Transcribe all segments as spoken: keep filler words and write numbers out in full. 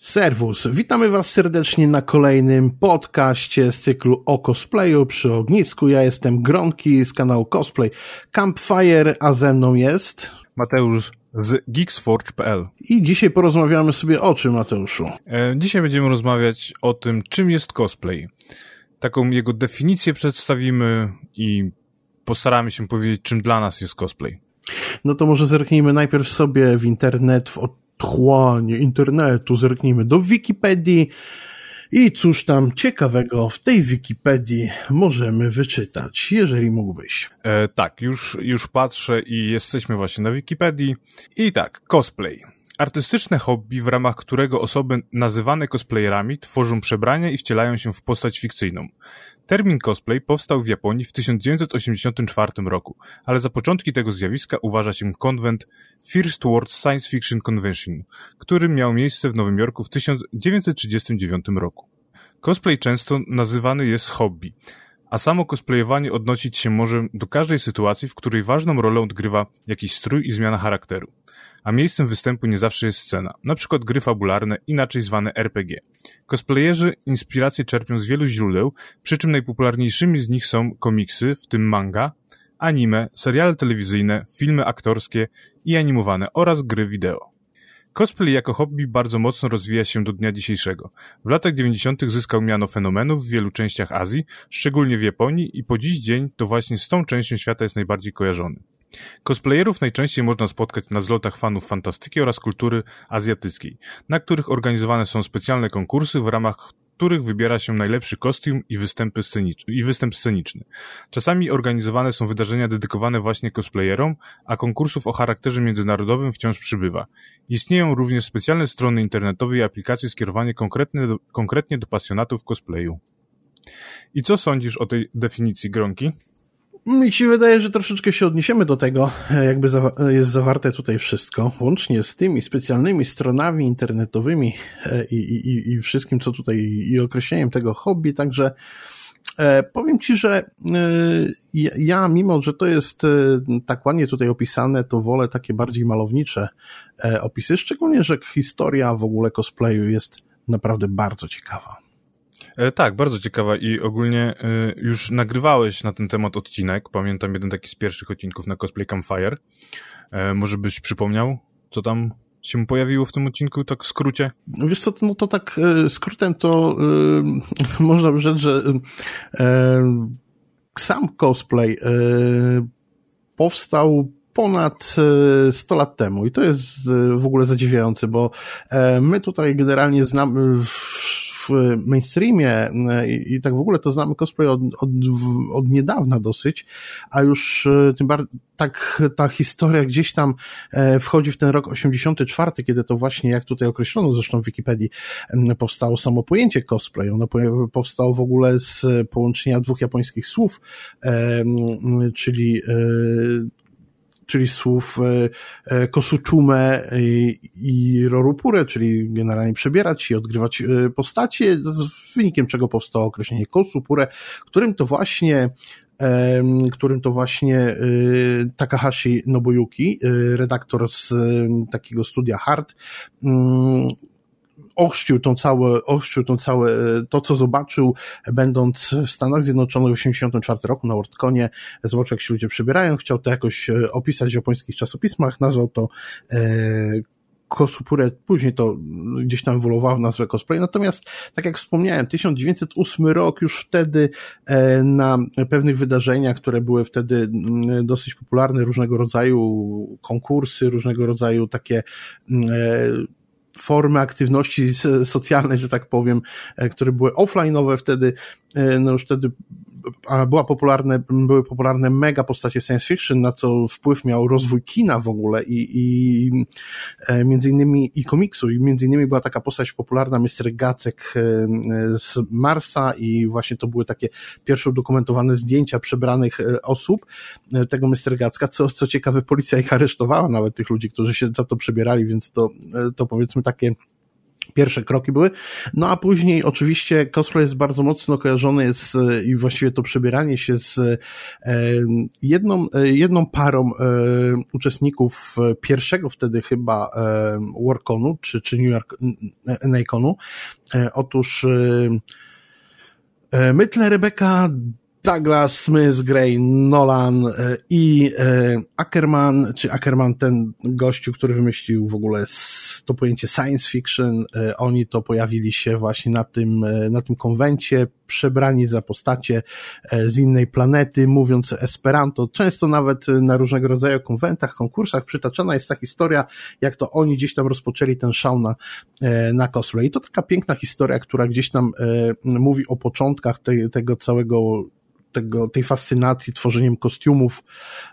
Serwus, witamy Was serdecznie na kolejnym podcaście z cyklu o cosplayu przy ognisku. Ja jestem Gronki z kanału Cosplay Campfire, a ze mną jest Mateusz z geeksforge kropka p l. I dzisiaj porozmawiamy sobie o czym, Mateuszu? E, dzisiaj będziemy rozmawiać o tym, czym jest cosplay. Taką jego definicję przedstawimy i postaramy się powiedzieć, czym dla nas jest cosplay. No to może zerknijmy najpierw sobie w internet, w otchłanie internetu, zerknijmy do Wikipedii i cóż tam ciekawego w tej Wikipedii możemy wyczytać, jeżeli mógłbyś. E, tak, już, już patrzę i jesteśmy właśnie na Wikipedii. I tak, cosplay. Artystyczne hobby, w ramach którego osoby nazywane cosplayerami tworzą przebrania i wcielają się w postać fikcyjną. Termin cosplay powstał w Japonii w tysiąc dziewięćset osiemdziesiątym czwartym roku, ale za początki tego zjawiska uważa się konwent First World Science Fiction Convention, który miał miejsce w Nowym Jorku w tysiąc dziewięćset trzydziestym dziewiątym roku. Cosplay często nazywany jest hobby, a samo cosplayowanie odnosić się może do każdej sytuacji, w której ważną rolę odgrywa jakiś strój i zmiana charakteru. A miejscem występu nie zawsze jest scena, na przykład gry fabularne, inaczej zwane er pe gie. Cosplayerzy inspiracje czerpią z wielu źródeł, przy czym najpopularniejszymi z nich są komiksy, w tym manga, anime, seriale telewizyjne, filmy aktorskie i animowane oraz gry wideo. Cosplay jako hobby bardzo mocno rozwija się do dnia dzisiejszego. W latach dziewięćdziesiątych zyskał miano fenomenu w wielu częściach Azji, szczególnie w Japonii, i po dziś dzień to właśnie z tą częścią świata jest najbardziej kojarzony. Cosplayerów najczęściej można spotkać na zlotach fanów fantastyki oraz kultury azjatyckiej, na których organizowane są specjalne konkursy, w ramach których wybiera się najlepszy kostium i, występy scenicz- i występ sceniczny. Czasami organizowane są wydarzenia dedykowane właśnie cosplayerom, a konkursów o charakterze międzynarodowym wciąż przybywa. Istnieją również specjalne strony internetowe i aplikacje skierowane konkretnie do, konkretnie do pasjonatów cosplayu. I co sądzisz o tej definicji, Gronki? Mi się wydaje, że troszeczkę się odniesiemy do tego, jakby zawa- jest zawarte tutaj wszystko, łącznie z tymi specjalnymi stronami internetowymi i, i, i wszystkim, co tutaj, i określeniem tego hobby, także e, powiem Ci, że e, ja, mimo że to jest e, tak ładnie tutaj opisane, to wolę takie bardziej malownicze e, opisy, szczególnie, że historia w ogóle cosplayu jest naprawdę bardzo ciekawa. E, tak, bardzo ciekawa i ogólnie e, już nagrywałeś na ten temat odcinek. Pamiętam jeden taki z pierwszych odcinków na Cosplay Campfire. E, może byś przypomniał, co tam się pojawiło w tym odcinku, tak w skrócie? Wiesz co, no to tak e, skrótem to e, można by rzec, że e, sam cosplay e, powstał ponad sto lat temu i to jest w ogóle zadziwiające, bo e, my tutaj generalnie znamy w w mainstreamie i, i tak w ogóle to znamy cosplay od, od, od niedawna dosyć, a już tym bardziej tak ta historia gdzieś tam wchodzi w ten rok osiemdziesiąty czwarty, kiedy to właśnie, jak tutaj określono zresztą w Wikipedii, powstało samo pojęcie cosplay. Ono powstało w ogóle z połączenia dwóch japońskich słów, czyli czyli słów e, kosuchume i, i rorupure, czyli generalnie przebierać się i odgrywać e, postacie, z wynikiem czego powstało określenie kosupure, którym to właśnie e, którym to właśnie e, Takahashi Nobuyuki, e, redaktor z e, takiego studia Hard, m, ochrzcił tą całe, ochrzcił tą całe, to co zobaczył, będąc w Stanach Zjednoczonych w osiemdziesiątym czwartym roku na WorldConie, zobaczył, jak się ludzie przybierają, chciał to jakoś opisać w japońskich czasopismach, nazwał to e, Kosupure, później to gdzieś tam ewoluowało w nazwę cosplay, natomiast, tak jak wspomniałem, tysiąc dziewięćset ósmy rok, już wtedy e, na pewnych wydarzeniach, które były wtedy dosyć popularne, różnego rodzaju konkursy, różnego rodzaju takie e, formy aktywności socjalnej, że tak powiem, które były offline'owe wtedy, no już wtedy była popularne, były popularne mega postacie science fiction, na co wpływ miał rozwój kina w ogóle i, i między innymi i komiksu, i między innymi była taka postać popularna mister Gacek z Marsa i właśnie to były takie pierwsze udokumentowane zdjęcia przebranych osób tego mister Gacka, co, co ciekawe, policja ich aresztowała, nawet tych ludzi, którzy się za to przebierali, więc to, to powiedzmy takie Pierwsze kroki były, no a później oczywiście cosplay jest bardzo mocno kojarzony jest i właściwie to przebieranie się z e, jedną, jedną parą e, uczestników pierwszego wtedy chyba e, Warconu, czy, czy New York NAConu. E, otóż e, Myrtle, Rebecca, Douglas, Smith, Gray, Nolan i Ackerman, czy Ackerman, ten gościu, który wymyślił w ogóle to pojęcie science fiction, oni to pojawili się właśnie na tym, na tym konwencie, przebrani za postacie z innej planety, mówiąc Esperanto. Często nawet na różnego rodzaju konwentach, konkursach przytaczana jest ta historia, jak to oni gdzieś tam rozpoczęli ten szał na, na cosplay. I to taka piękna historia, która gdzieś tam mówi o początkach tej, tego całego tego, tej fascynacji tworzeniem kostiumów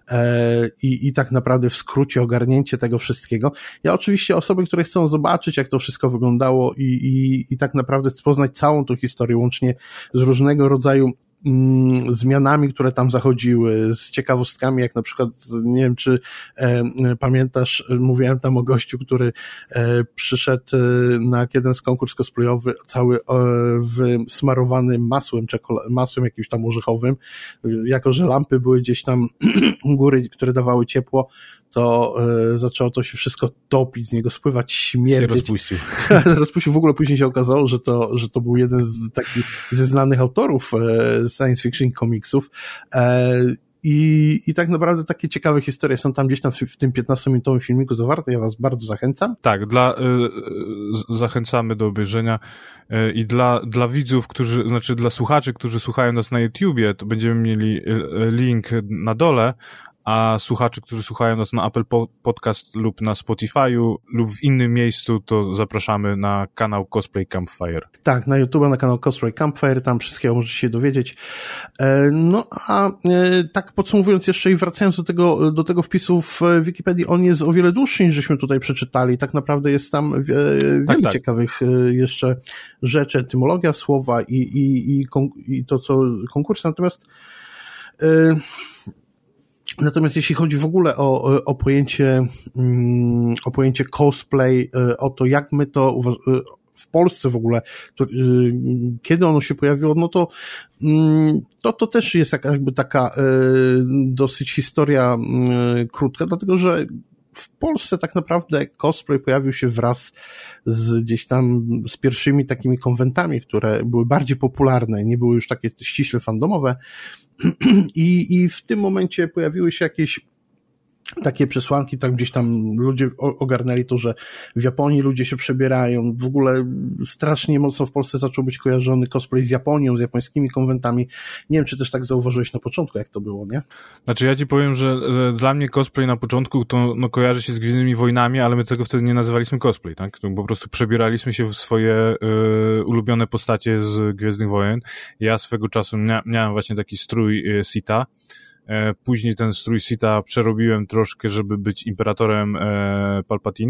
e, i, i tak naprawdę w skrócie ogarnięcie tego wszystkiego. Ja oczywiście osoby, które chcą zobaczyć, jak to wszystko wyglądało i, i, i tak naprawdę poznać całą tą historię, łącznie z różnego rodzaju mm, zmianami, które tam zachodziły, z ciekawostkami, jak na przykład, nie wiem, czy e, pamiętasz, mówiłem tam o gościu, który e, przyszedł na jeden z konkurs cosplayowy cały e, wsmarowany masłem, czekolad- masłem jakimś tam orzechowym, jako że lampy były gdzieś tam u góry, które dawały ciepło, to e, zaczęło to się wszystko topić, z niego spływać, śmierdzieć. Się rozpuścił. rozpuścił. W ogóle później się okazało, że to, że to był jeden z takich ze znanych autorów e, science fiction komiksów. E, I, I tak naprawdę takie ciekawe historie są tam gdzieś tam w, w tym piętnastominutowym filmiku zawarte. Ja was bardzo zachęcam. Tak, dla, y, zachęcamy do obejrzenia y, i dla, dla widzów, którzy, znaczy dla słuchaczy, którzy słuchają nas na YouTubie, to będziemy mieli link na dole, a słuchaczy, którzy słuchają nas na Apple Podcast lub na Spotify'u lub w innym miejscu, to zapraszamy na kanał Cosplay Campfire. Tak, na YouTube, na kanał Cosplay Campfire, tam wszystkiego możecie się dowiedzieć. No a tak podsumowując jeszcze i wracając do tego, do tego wpisu w Wikipedii, on jest o wiele dłuższy niż żeśmy tutaj przeczytali. Tak naprawdę jest tam wiele tak, tak. ciekawych jeszcze rzeczy, etymologia słowa i, i, i, i to, co konkurs. Natomiast Natomiast jeśli chodzi w ogóle o, o pojęcie, o pojęcie cosplay, o to, jak my to w Polsce w ogóle, to, kiedy ono się pojawiło, no to, to, to też jest jakby taka dosyć historia krótka, dlatego że w Polsce tak naprawdę cosplay pojawił się wraz z gdzieś tam z pierwszymi takimi konwentami, które były bardziej popularne, nie były już takie ściśle fandomowe. I, i w tym momencie pojawiły się jakieś takie przesłanki, tak gdzieś tam ludzie ogarnęli to, że w Japonii ludzie się przebierają, w ogóle strasznie mocno w Polsce zaczął być kojarzony cosplay z Japonią, z japońskimi konwentami. Nie wiem, czy też tak zauważyłeś na początku, jak to było, nie? Znaczy ja ci powiem, że dla mnie cosplay na początku to no, kojarzy się z Gwiezdnymi Wojnami, ale my tego wtedy nie nazywaliśmy cosplay, tak? To po prostu przebieraliśmy się w swoje y, ulubione postacie z Gwiezdnych Wojen. Ja swego czasu mia- miałem właśnie taki strój y, Sita. Później ten strój Sita przerobiłem troszkę, żeby być imperatorem e, Palpatine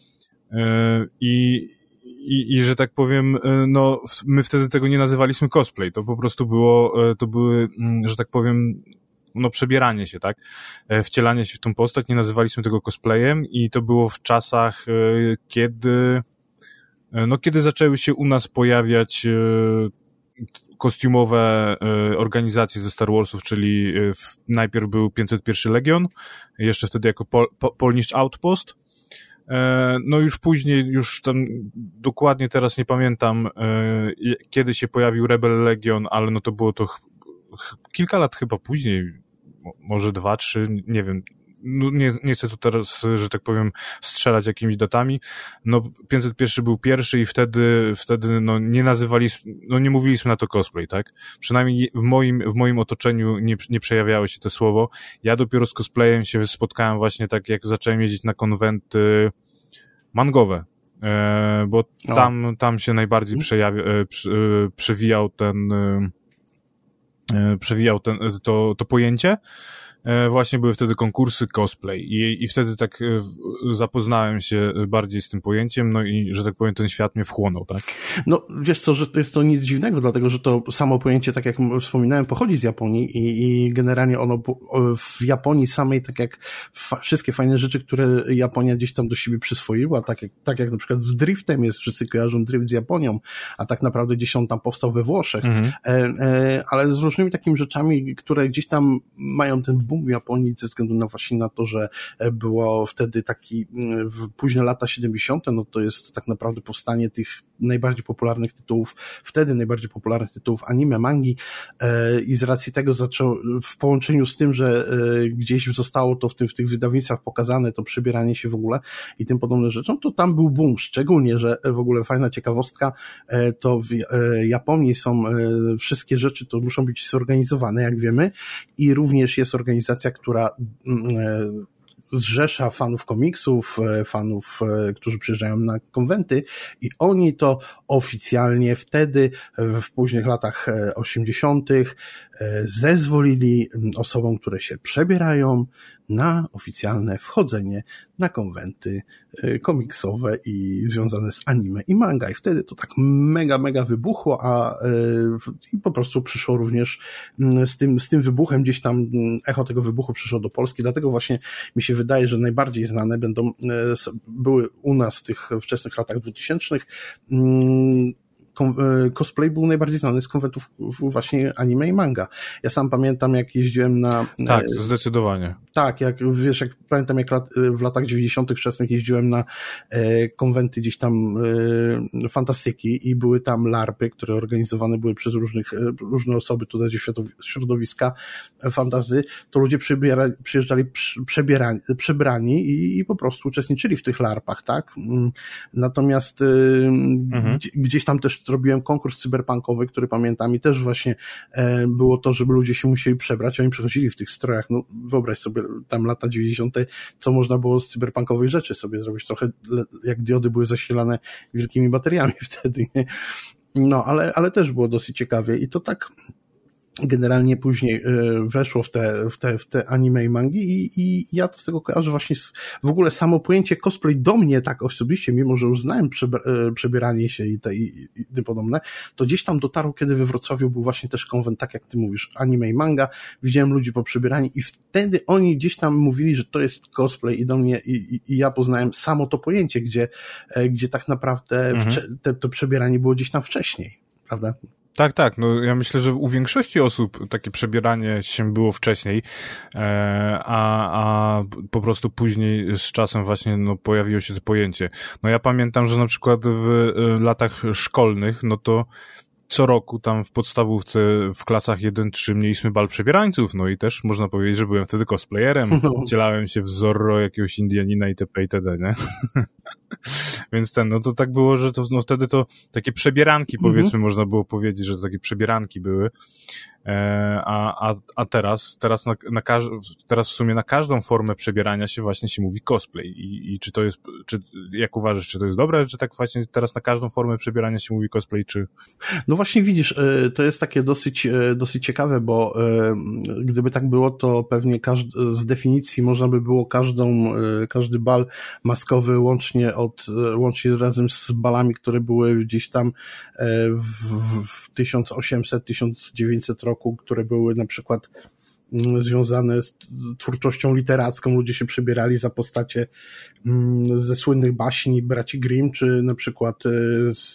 e, i, i, i że tak powiem, e, no my wtedy tego nie nazywaliśmy cosplay, to po prostu było, e, to były, że tak powiem, no przebieranie się, tak, e, wcielanie się w tą postać, nie nazywaliśmy tego cosplayem i to było w czasach, e, kiedy, e, no kiedy zaczęły się u nas pojawiać e, kostiumowe y, organizacje ze Star Warsów, czyli y, w, najpierw był pięćset pierwszy Legion, jeszcze wtedy jako Pol, Pol, Polnish Outpost. E, no już później, już tam dokładnie teraz nie pamiętam, y, kiedy się pojawił Rebel Legion, ale no to było to ch, ch, kilka lat chyba później, może dwa, trzy, nie wiem. No nie, nie chcę tu teraz, że tak powiem, strzelać jakimiś datami. No pięćset pierwszy był pierwszy i wtedy, wtedy no nie nazywaliśmy, no nie mówiliśmy na to cosplay, tak? Przynajmniej w moim, w moim otoczeniu nie, nie przejawiało się to słowo. Ja dopiero z cosplayem się spotkałem właśnie tak, jak zacząłem jeździć na konwenty mangowe, e, bo tam, tam się najbardziej przejawia, e, przy, e, przewijał ten, e, przewijał ten, to, to pojęcie. właśnie były wtedy konkursy cosplay i, i wtedy tak zapoznałem się bardziej z tym pojęciem, no i, że tak powiem, ten świat mnie wchłonął, tak? No, wiesz co, że to jest to nic dziwnego, dlatego, że to samo pojęcie, tak jak wspominałem, pochodzi z Japonii i, i generalnie ono w Japonii samej, tak jak fa- wszystkie fajne rzeczy, które Japonia gdzieś tam do siebie przyswoiła, tak jak, tak jak na przykład z driftem jest, wszyscy kojarzą drift z Japonią, a tak naprawdę gdzieś on tam powstał we Włoszech, mhm. e, e, ale z różnymi takimi rzeczami, które gdzieś tam mają ten boom w Japonii ze względu na właśnie na to, że było wtedy taki w późne lata siedemdziesiąte, no to jest tak naprawdę powstanie tych najbardziej popularnych tytułów, wtedy najbardziej popularnych tytułów anime, mangi e, i z racji tego zaczął, w połączeniu z tym, że e, gdzieś zostało to w, tym, w tych wydawnictwach pokazane, to przebieranie się w ogóle i tym podobne rzeczom, to tam był boom, szczególnie, że w ogóle fajna ciekawostka, e, to w e, Japonii są e, wszystkie rzeczy, to muszą być zorganizowane, jak wiemy, i również jest organizacja, która e, zrzesza fanów komiksów, fanów, którzy przyjeżdżają na konwenty i oni to oficjalnie wtedy w późnych latach osiemdziesiątych zezwolili osobom, które się przebierają, na oficjalne wchodzenie na konwenty komiksowe i związane z anime i manga. I wtedy to tak mega, mega wybuchło, a i po prostu przyszło również z tym, z tym wybuchem, gdzieś tam echo tego wybuchu przyszło do Polski, dlatego właśnie mi się wydaje, że najbardziej znane będą, były u nas w tych wczesnych latach dwutysięcznych. Cosplay był najbardziej znany z konwentów właśnie anime i manga. Ja sam pamiętam, jak jeździłem na... Tak, zdecydowanie. Tak, jak wiesz, jak pamiętam, jak lat, w latach dziewięćdziesiątych wczesnych jeździłem na e, konwenty gdzieś tam e, fantastyki i były tam larpy, które organizowane były przez różnych, e, różne osoby tutaj ze środowiska fantasy, to ludzie przybiera, przyjeżdżali przebierani, przebrani i, i po prostu uczestniczyli w tych larpach, tak? Natomiast e, mhm. gdzie, gdzieś tam też robiłem konkurs cyberpunkowy, który pamiętam i też właśnie e, było to, żeby ludzie się musieli przebrać, oni przychodzili w tych strojach, no wyobraź sobie tam lata dziewięćdziesiąte, co można było z cyberpunkowych rzeczy sobie zrobić, trochę jak diody były zasilane wielkimi bateriami wtedy, nie? No, ale, ale też było dosyć ciekawie i to tak generalnie później weszło w te, w te, w te anime i mangi i, i ja to z tego kojarzę właśnie z, w ogóle samo pojęcie cosplay do mnie tak osobiście, mimo że już znałem przebieranie się i te i, i tym podobne, to gdzieś tam dotarło, kiedy we Wrocławiu był właśnie też konwent, tak jak ty mówisz, anime i manga, widziałem ludzi poprzebierani i wtedy oni gdzieś tam mówili, że to jest cosplay i do mnie i, i, i ja poznałem samo to pojęcie, gdzie, gdzie tak naprawdę mhm. wcze, te, to przebieranie było gdzieś tam wcześniej, prawda? Tak, tak, no ja myślę, że u większości osób takie przebieranie się było wcześniej, a, a po prostu później z czasem właśnie no, pojawiło się to pojęcie. No ja pamiętam, że na przykład w latach szkolnych, no to co roku tam w podstawówce w klasach jeden trzy mieliśmy bal przebierańców, no i też można powiedzieć, że byłem wtedy cosplayerem, wcielałem się w Zorro jakiegoś Indianina itp. itd., nie? Więc ten, no to tak było, że to, no wtedy to takie przebieranki, powiedzmy, mm-hmm. można było powiedzieć, że to takie przebieranki były, e, a, a, a teraz, teraz, na, na każ- teraz w sumie na każdą formę przebierania się właśnie się mówi cosplay i, i czy to jest, czy, jak uważasz, czy to jest dobre, czy tak właśnie teraz na każdą formę przebierania się mówi cosplay, czy... No właśnie widzisz, to jest takie dosyć, dosyć ciekawe, bo gdyby tak było, to pewnie każdy, z definicji można by było każdą, każdy bal maskowy łącznie od, łącznie razem z balami, które były gdzieś tam w, w tysiąc osiemset tysiąc dziewięćset roku, które były na przykład związane z twórczością literacką, ludzie się przebierali za postacie ze słynnych baśni braci Grimm, czy na przykład z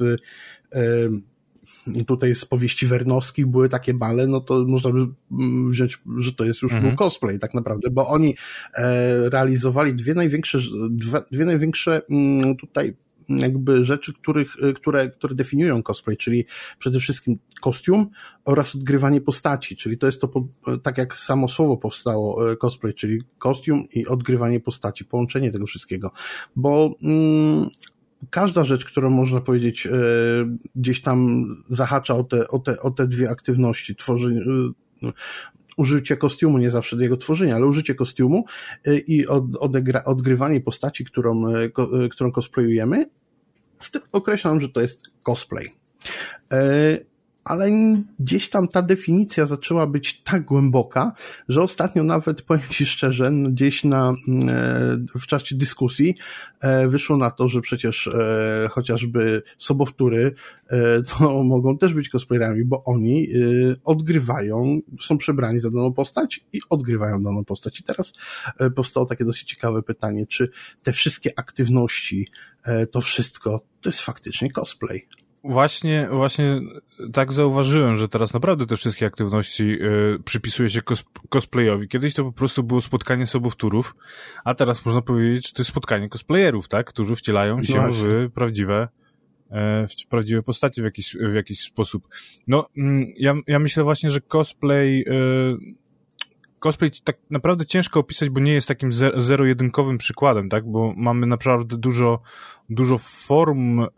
tutaj z powieści Wernowskich były takie bale, no to można by wziąć, że to jest już mhm. był cosplay tak naprawdę, bo oni e, realizowali dwie największe, dwie, dwie największe m, tutaj jakby rzeczy, których, które, które definiują cosplay, czyli przede wszystkim kostium oraz odgrywanie postaci, czyli to jest to, tak jak samo słowo powstało, cosplay, czyli kostium i odgrywanie postaci, połączenie tego wszystkiego, bo mm, każda rzecz, którą można powiedzieć gdzieś tam zahacza o te, o te, o te dwie aktywności, tworzenie, użycie kostiumu, nie zawsze do jego tworzenia, ale użycie kostiumu i od, odegra, odgrywanie postaci, którą, którą cosplayujemy, wtedy określam, że to jest cosplay. ale gdzieś tam ta definicja zaczęła być tak głęboka, że ostatnio nawet, powiem Ci szczerze, gdzieś na, w czasie dyskusji wyszło na to, że przecież chociażby sobowtóry to mogą też być cosplayerami, bo oni odgrywają, są przebrani za daną postać i odgrywają daną postać. I teraz powstało takie dosyć ciekawe pytanie, czy te wszystkie aktywności, to wszystko, to jest faktycznie cosplay. Właśnie, właśnie tak zauważyłem, że teraz naprawdę te wszystkie aktywności y, przypisuje się kos- cosplayowi. Kiedyś to po prostu było spotkanie sobowtórów, a teraz można powiedzieć, że to jest spotkanie cosplayerów, tak? Którzy wcielają się właśnie w prawdziwe, e, w prawdziwe postacie w jakiś, w jakiś sposób. No, mm, ja, ja myślę właśnie, że cosplay... Y, Cosplay tak naprawdę ciężko opisać, bo nie jest takim zero-jedynkowym przykładem, tak? Bo mamy naprawdę dużo, dużo form y,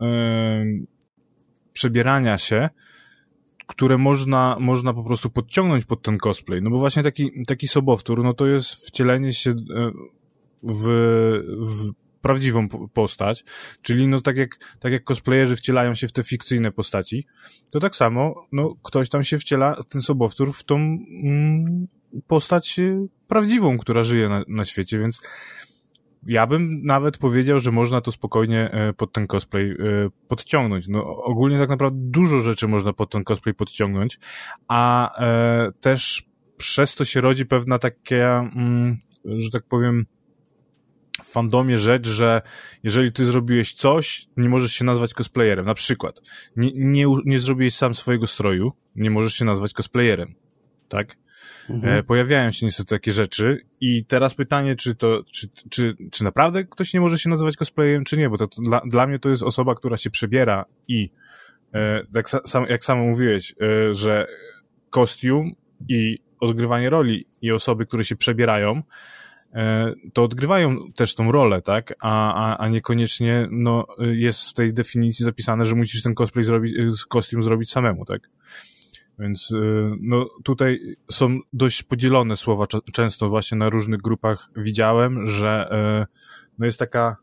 przebierania się, które można, można po prostu podciągnąć pod ten cosplay. No bo właśnie taki, taki sobowtór, no to jest wcielenie się w, w prawdziwą postać, czyli no tak jak, tak jak cosplayerzy wcielają się w te fikcyjne postaci, to tak samo, no ktoś tam się wciela, ten sobowtór, w tą mm, postać prawdziwą, która żyje na, na świecie, więc ja bym nawet powiedział, że można to spokojnie pod ten cosplay podciągnąć. No ogólnie tak naprawdę dużo rzeczy można pod ten cosplay podciągnąć, a e, też przez to się rodzi pewna taka, mm, że tak powiem, w fandomie rzecz, że jeżeli ty zrobiłeś coś, nie możesz się nazwać cosplayerem. Na przykład, nie, nie, nie zrobiłeś sam swojego stroju, nie możesz się nazwać cosplayerem. Tak? Mhm. Pojawiają się niestety takie rzeczy i teraz pytanie, czy to, czy, czy, czy naprawdę ktoś nie może się nazywać cosplayerem, czy nie, bo to, to dla, dla mnie to jest osoba, która się przebiera i e, tak sam, jak sam mówiłeś, e, że kostium i odgrywanie roli i osoby, które się przebierają, e, to odgrywają też tą rolę, tak, a, a, a niekoniecznie no, jest w tej definicji zapisane, że musisz ten cosplay zrobić, kostium zrobić samemu, tak. Więc no tutaj są dość podzielone słowa często właśnie na różnych grupach. Widziałem, że no jest taka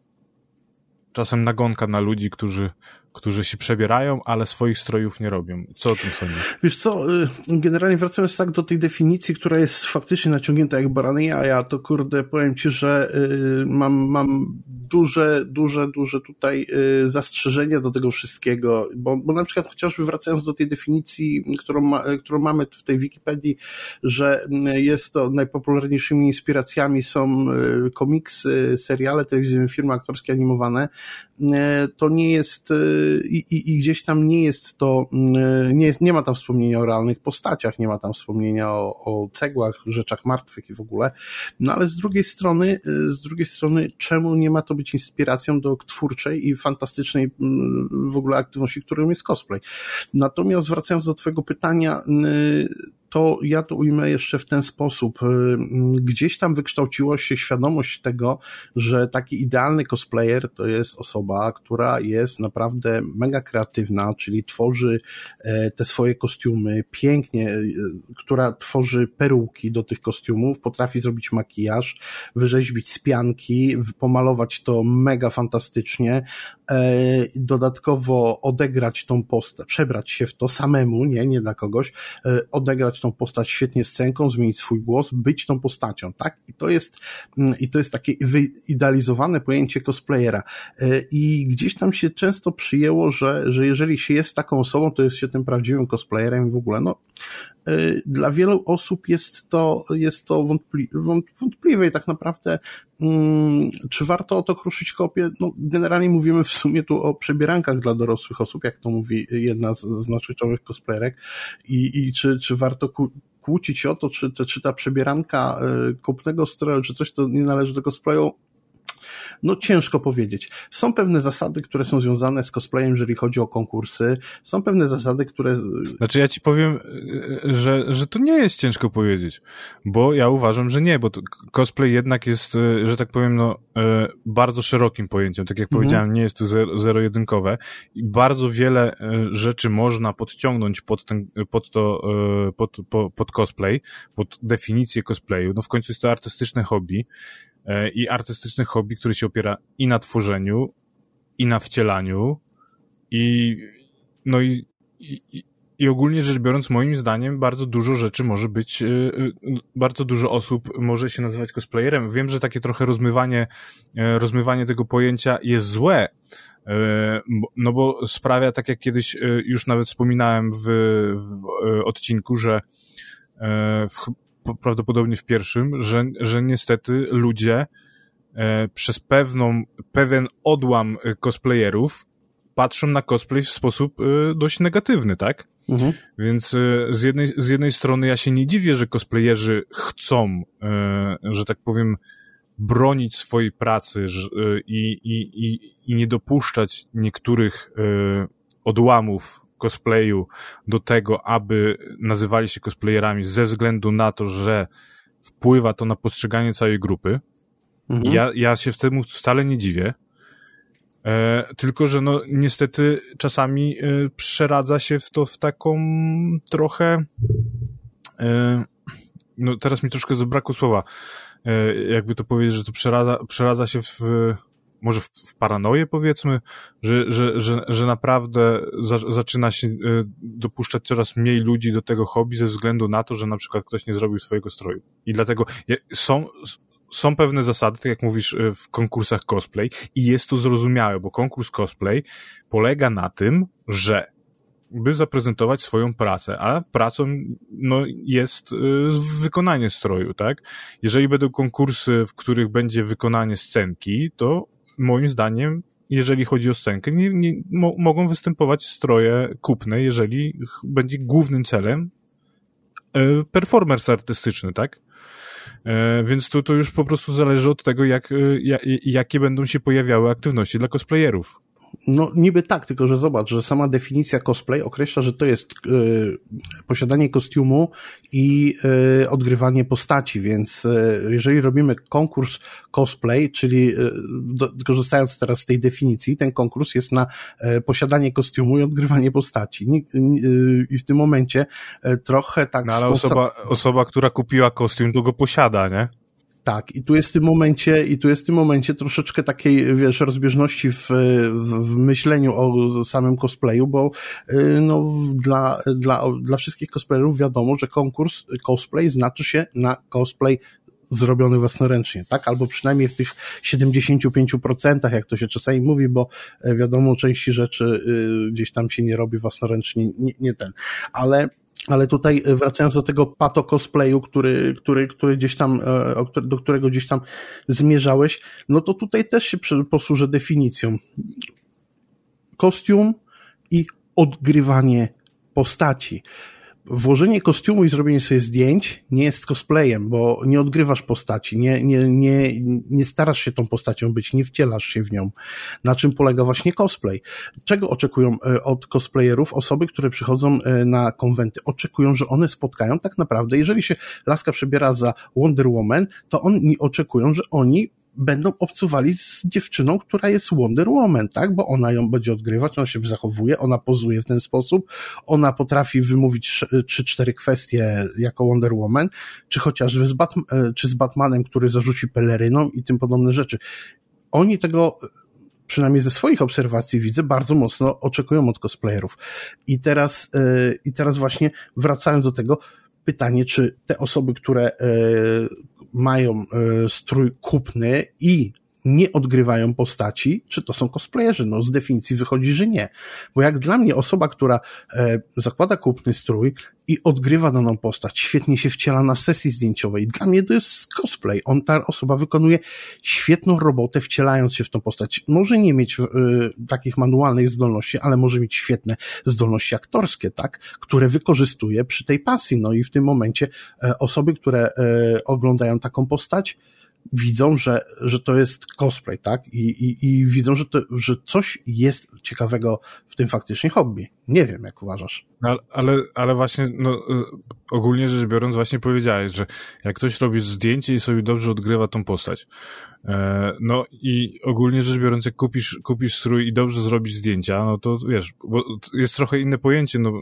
czasem nagonka na ludzi, którzy, którzy się przebierają, ale swoich strojów nie robią. Co o tym sądzisz? Wiesz co, generalnie wracając tak do tej definicji, która jest faktycznie naciągnięta jak barany jaja, to kurde, powiem Ci, że mam, mam duże, duże, duże tutaj zastrzeżenia do tego wszystkiego, bo, bo na przykład chociażby wracając do tej definicji, którą, ma, którą mamy w tej Wikipedii, że jest to najpopularniejszymi inspiracjami są komiksy, seriale telewizyjne, filmy aktorskie, animowane, to nie jest i, i, i gdzieś tam nie jest to, nie, jest, nie ma tam wspomnienia o realnych postaciach, nie ma tam wspomnienia o, o cegłach, rzeczach martwych i w ogóle, no ale z drugiej strony, z drugiej strony, czemu nie ma to być inspiracją do twórczej i fantastycznej w ogóle aktywności, którą jest cosplay. Natomiast wracając do Twojego pytania, to ja to ujmę jeszcze w ten sposób. Gdzieś tam wykształciła się świadomość tego, że taki idealny cosplayer to jest osoba, która jest naprawdę mega kreatywna, czyli tworzy te swoje kostiumy pięknie, która tworzy peruki do tych kostiumów, potrafi zrobić makijaż, wyrzeźbić z pianki, pomalować to mega fantastycznie, dodatkowo odegrać tą postać, przebrać się w to samemu, nie, nie dla kogoś, odegrać tą postać świetnie scenką, zmienić swój głos, być tą postacią, tak? I to jest, i to jest takie wyidealizowane pojęcie cosplayera. I gdzieś tam się często przyjęło, że, że jeżeli się jest taką osobą, to jest się tym prawdziwym cosplayerem i w ogóle, no, dla wielu osób jest to, jest to wątpli, wątpliwe i tak naprawdę hmm, czy warto o to kruszyć kopie? No, generalnie mówimy w sumie tu o przebierankach dla dorosłych osób, jak to mówi jedna z, z naszych czołowych cosplayerek i, i czy, czy warto ku, kłócić się o to, czy, czy ta przebieranka y, kupnego stroju, czy coś to nie należy do cosplayu? No ciężko powiedzieć. Są pewne zasady, które są związane z cosplayem, jeżeli chodzi o konkursy. Są pewne zasady, które... Znaczy ja ci powiem, że, że to nie jest ciężko powiedzieć, bo ja uważam, że nie, bo to cosplay jednak jest, że tak powiem, no bardzo szerokim pojęciem. Tak jak mhm. powiedziałem, nie jest to zero-jedynkowe i bardzo wiele rzeczy można podciągnąć pod ten, pod to, pod, pod, pod cosplay, pod definicję cosplayu. No w końcu jest to artystyczne hobby i artystyczne hobby, które się opiera i na tworzeniu, i na wcielaniu, i no i, i, I ogólnie rzecz biorąc, moim zdaniem, bardzo dużo rzeczy może być, bardzo dużo osób może się nazywać cosplayerem. Wiem, że takie trochę rozmywanie, rozmywanie tego pojęcia jest złe, no bo sprawia, tak jak kiedyś już nawet wspominałem w, w odcinku, że w, prawdopodobnie w pierwszym, że, że niestety ludzie przez pewną, pewien odłam cosplayerów patrzą na cosplay w sposób dość negatywny, tak? Mhm. Więc z jednej, z jednej strony ja się nie dziwię, że cosplayerzy chcą, że tak powiem, bronić swojej pracy i, i, i, i nie dopuszczać niektórych odłamów cosplayu do tego, aby nazywali się cosplayerami ze względu na to, że wpływa to na postrzeganie całej grupy. Mhm. Ja, ja się temu wcale nie dziwię. E, tylko, że no niestety czasami e, przeradza się w to w taką trochę e, no teraz mi troszkę zabrakło słowa, e, jakby to powiedzieć, że to przeradza, przeradza się w może w, w paranoję, powiedzmy, że, że, że, że naprawdę za, zaczyna się e, dopuszczać coraz mniej ludzi do tego hobby ze względu na to, że na przykład ktoś nie zrobił swojego stroju. I dlatego je, są Są pewne zasady, tak jak mówisz, w konkursach cosplay i jest to zrozumiałe, bo konkurs cosplay polega na tym, że by zaprezentować swoją pracę, a pracą no, jest y, wykonanie stroju, tak? Jeżeli będą konkursy, w których będzie wykonanie scenki, to moim zdaniem, jeżeli chodzi o scenkę, nie, nie, mo, mogą występować stroje kupne, jeżeli będzie głównym celem y, performance artystyczny, tak? E, więc to, to już po prostu zależy od tego, jak, jak, jakie będą się pojawiały aktywności dla cosplayerów. No niby tak, tylko że zobacz, że sama definicja cosplay określa, że to jest y, posiadanie kostiumu i y, odgrywanie postaci, więc y, jeżeli robimy konkurs cosplay, czyli y, do, korzystając teraz z tej definicji, ten konkurs jest na y, posiadanie kostiumu i odgrywanie postaci. I, y, i w tym momencie y, trochę tak... No ale osoba, osoba, która kupiła kostium, to go posiada, nie? Tak, i tu jest w tym momencie, i tu jest w tym momencie troszeczkę takiej, wiesz, rozbieżności w, w myśleniu o samym cosplayu, bo no, dla, dla, dla wszystkich cosplayerów wiadomo, że konkurs cosplay znaczy się na cosplay zrobiony własnoręcznie, tak? Albo przynajmniej w tych siedemdziesiąt pięć procent, jak to się czasami mówi, bo wiadomo, części rzeczy gdzieś tam się nie robi własnoręcznie, nie, nie ten, ale Ale tutaj wracając do tego pato cosplayu, który, który, który gdzieś tam, do którego gdzieś tam zmierzałeś, no to tutaj też się posłużę definicją. Kostium i odgrywanie postaci. Włożenie kostiumu i zrobienie sobie zdjęć nie jest cosplayem, bo nie odgrywasz postaci, nie, nie, nie, nie starasz się tą postacią być, nie wcielasz się w nią. Na czym polega właśnie cosplay? Czego oczekują od cosplayerów osoby, które przychodzą na konwenty? Oczekują, że one spotkają tak naprawdę, jeżeli się laska przebiera za Wonder Woman, to oni oczekują, że oni będą obcuwali z dziewczyną, która jest Wonder Woman, tak? Bo ona ją będzie odgrywać, ona się zachowuje, ona pozuje w ten sposób, ona potrafi wymówić trzy, cztery kwestie jako Wonder Woman, czy chociażby z, Bat- czy z Batmanem, który zarzuci peleryną i tym podobne rzeczy. Oni tego, przynajmniej ze swoich obserwacji widzę, bardzo mocno oczekują od cosplayerów. I teraz, yy, i teraz właśnie wracając do tego, pytanie, czy te osoby, które yy, mają y, strój kupny i nie odgrywają postaci, czy to są cosplayerzy? No z definicji wychodzi, że nie. Bo jak dla mnie osoba, która e, zakłada kupny strój i odgrywa daną postać, świetnie się wciela na sesji zdjęciowej, dla mnie to jest cosplay. On, ta osoba wykonuje świetną robotę, wcielając się w tą postać. Może nie mieć e, takich manualnych zdolności, ale może mieć świetne zdolności aktorskie, tak? Które wykorzystuje przy tej pasji. No i w tym momencie e, osoby, które e, oglądają taką postać, widzą, że, że to jest cosplay, tak? I, i, i widzą, że, to, że coś jest ciekawego w tym faktycznie hobby. Nie wiem, jak uważasz. No, ale, ale właśnie, no, ogólnie rzecz biorąc, właśnie powiedziałeś, że jak ktoś robi zdjęcie i sobie dobrze odgrywa tą postać. E, no i ogólnie rzecz biorąc, jak kupisz, kupisz strój i dobrze zrobisz zdjęcia, no to wiesz, bo jest trochę inne pojęcie, no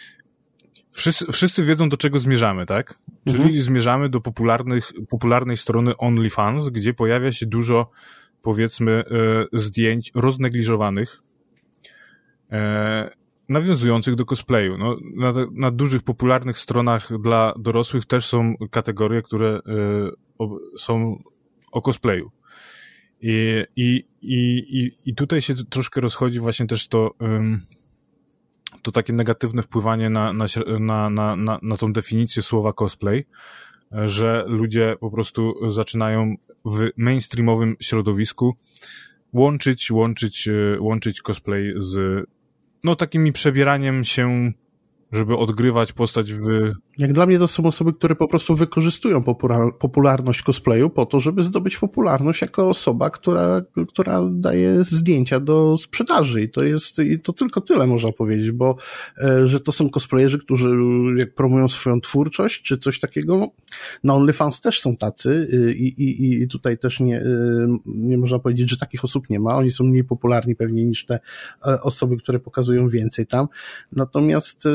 Wszyscy, wszyscy wiedzą, do czego zmierzamy, tak? Czyli mhm. zmierzamy do popularnych, popularnej strony OnlyFans, gdzie pojawia się dużo, powiedzmy, e, zdjęć roznegliżowanych. E, nawiązujących do cosplayu. No, na, na dużych, popularnych stronach dla dorosłych też są kategorie, które y, o, są o cosplayu. I, i, i, i tutaj się troszkę rozchodzi właśnie też to, ym, to takie negatywne wpływanie na, na, na, na, na, na tą definicję słowa cosplay, że ludzie po prostu zaczynają w mainstreamowym środowisku łączyć, łączyć, łączyć cosplay z no takimi przebieraniem się, żeby odgrywać postać w... Jak dla mnie to są osoby, które po prostu wykorzystują popularność cosplayu po to, żeby zdobyć popularność jako osoba, która, która daje zdjęcia do sprzedaży i to jest, i to tylko tyle można powiedzieć, bo e, że to są cosplayerzy, którzy jak promują swoją twórczość, czy coś takiego, no, na OnlyFans też są tacy i, i, i tutaj też nie, nie można powiedzieć, że takich osób nie ma, oni są mniej popularni pewnie niż te osoby, które pokazują więcej tam, natomiast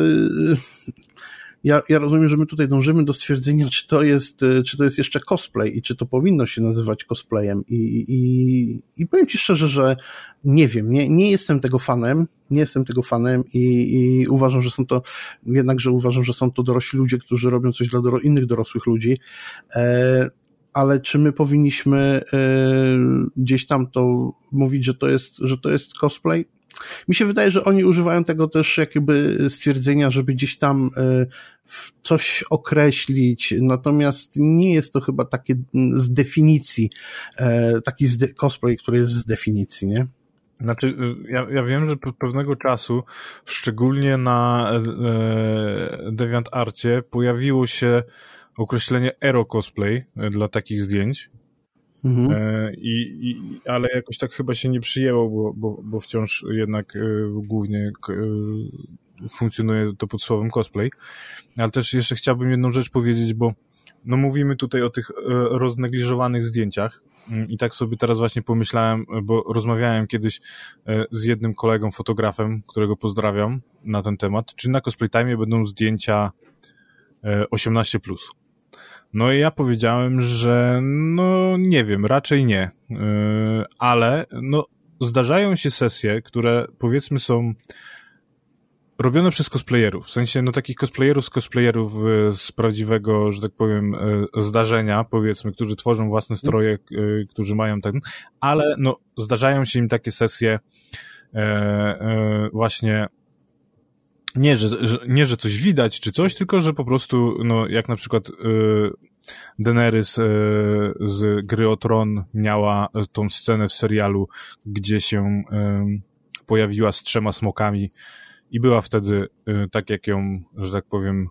Ja, ja rozumiem, że my tutaj dążymy do stwierdzenia, czy to jest, czy to jest jeszcze cosplay i czy to powinno się nazywać cosplayem i, i, i powiem Ci szczerze, że nie wiem, nie, nie jestem tego fanem, nie jestem tego fanem i, i uważam, że są to, jednakże uważam, że są to dorośli ludzie, którzy robią coś dla doro- innych dorosłych ludzi, e, ale czy my powinniśmy e, gdzieś tam to mówić, że to jest, że to jest cosplay? Mi się wydaje, że oni używają tego też jakby stwierdzenia, żeby gdzieś tam coś określić, natomiast nie jest to chyba takie z definicji, taki cosplay, który jest z definicji, nie? Znaczy, ja, ja wiem, że pewnego czasu, szczególnie na e, DeviantArcie, pojawiło się określenie ero cosplay dla takich zdjęć. Mhm. E, i, i, ale jakoś tak chyba się nie przyjęło, bo, bo, bo wciąż jednak e, głównie e, funkcjonuje to pod słowem cosplay. Ale też jeszcze chciałbym jedną rzecz powiedzieć, bo no mówimy tutaj o tych e, roznegliżowanych zdjęciach i tak sobie teraz właśnie pomyślałem, bo rozmawiałem kiedyś e, z jednym kolegą fotografem, którego pozdrawiam na ten temat, czy na Cosplay Time będą zdjęcia e, osiemnaście plus. No i ja powiedziałem, że no nie wiem, raczej nie, yy, ale no zdarzają się sesje, które powiedzmy są robione przez cosplayerów, w sensie no takich cosplayerów z cosplayerów z prawdziwego, że tak powiem, zdarzenia, powiedzmy, którzy tworzą własne stroje, yy, którzy mają ten, ale no zdarzają się im takie sesje yy, yy, właśnie Nie że, że, nie, że coś widać czy coś, tylko że po prostu, no jak na przykład y, Daenerys y, z gry o Tron miała tą scenę w serialu, gdzie się y, pojawiła z trzema smokami i była wtedy y, tak, jak ją, że tak powiem,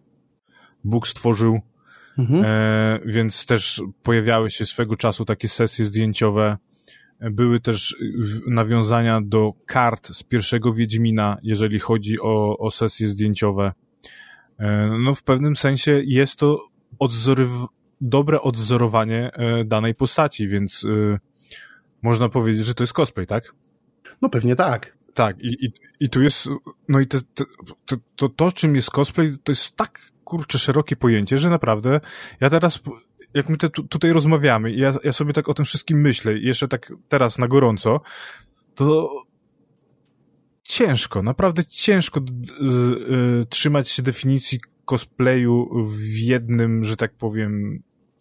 Bóg stworzył, mhm. e, więc też pojawiały się swego czasu takie sesje zdjęciowe. Były też nawiązania do kart z pierwszego Wiedźmina, jeżeli chodzi o, o sesje zdjęciowe. No w pewnym sensie jest to odzoryw- dobre odwzorowanie danej postaci, więc y, można powiedzieć, że to jest cosplay, tak? No pewnie tak. Tak, i, i, i tu jest, no i te, te, to, to, to, czym jest cosplay, to jest tak, kurczę, szerokie pojęcie, że naprawdę ja teraz... jak my te, tu, tutaj rozmawiamy i ja, ja sobie tak o tym wszystkim myślę i jeszcze tak teraz na gorąco, to ciężko, naprawdę ciężko d- d- y, trzymać się definicji cosplayu w jednym, że tak powiem,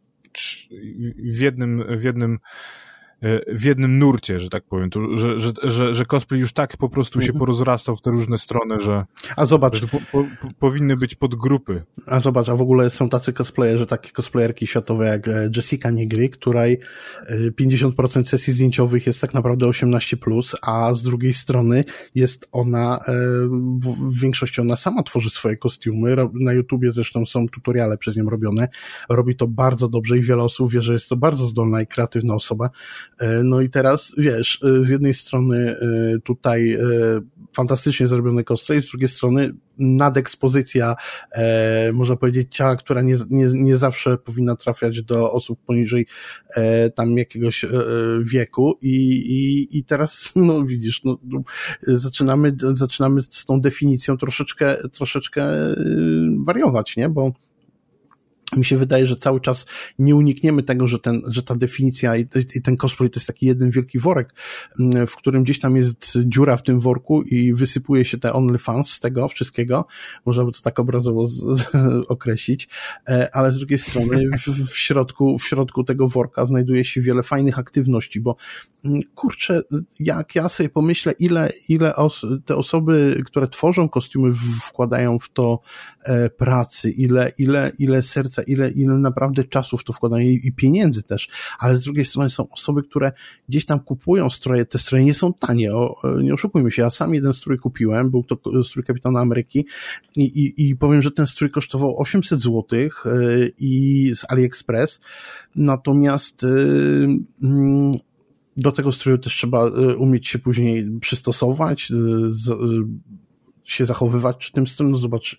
w jednym, w jednym w jednym nurcie, że tak powiem, to, że, że, że, że cosplay już tak po prostu się porozrastał w te różne strony, że, a zobacz, że po, po, po, powinny być podgrupy. A zobacz, a w ogóle są tacy cosplayerzy, takie cosplayerki światowe jak Jessica Nigri, której pięćdziesiąt procent sesji zdjęciowych jest tak naprawdę osiemnaście plus, a z drugiej strony jest ona, w większości ona sama tworzy swoje kostiumy, na YouTubie zresztą są tutoriale przez nią robione, robi to bardzo dobrze i wiele osób wie, że jest to bardzo zdolna i kreatywna osoba. No i teraz, wiesz, z jednej strony tutaj fantastycznie zrobiony cosplay, z drugiej strony nadekspozycja, e, można powiedzieć, ciała, która nie, nie, nie zawsze powinna trafiać do osób poniżej e, tam jakiegoś e, wieku i, i, i teraz, no widzisz, no, zaczynamy, zaczynamy z tą definicją troszeczkę, troszeczkę wariować, nie, bo Mi się wydaje, że cały czas nie unikniemy tego, że, ten, że ta definicja i, i ten cosplay to jest taki jeden wielki worek, w którym gdzieś tam jest dziura w tym worku i wysypuje się te OnlyFans z tego wszystkiego. Można by to tak obrazowo z, z, określić, ale z drugiej strony w, w, środku, w środku tego worka znajduje się wiele fajnych aktywności, bo kurczę, jak ja sobie pomyślę, ile, ile os, te osoby, które tworzą kostiumy, wkładają w to e, pracy, ile, ile, ile serca, ile, ile naprawdę czasu w to wkładają i, i pieniędzy też, ale z drugiej strony są osoby, które gdzieś tam kupują stroje, te stroje nie są tanie, o, nie oszukujmy się, ja sam jeden strój kupiłem, był to strój Kapitana Ameryki i, i, i powiem, że ten strój kosztował osiemset złotych yy, i z AliExpress, natomiast yy, yy, do tego stroju też trzeba umieć się później przystosować, z, się zachowywać przy tym stroju. No zobacz,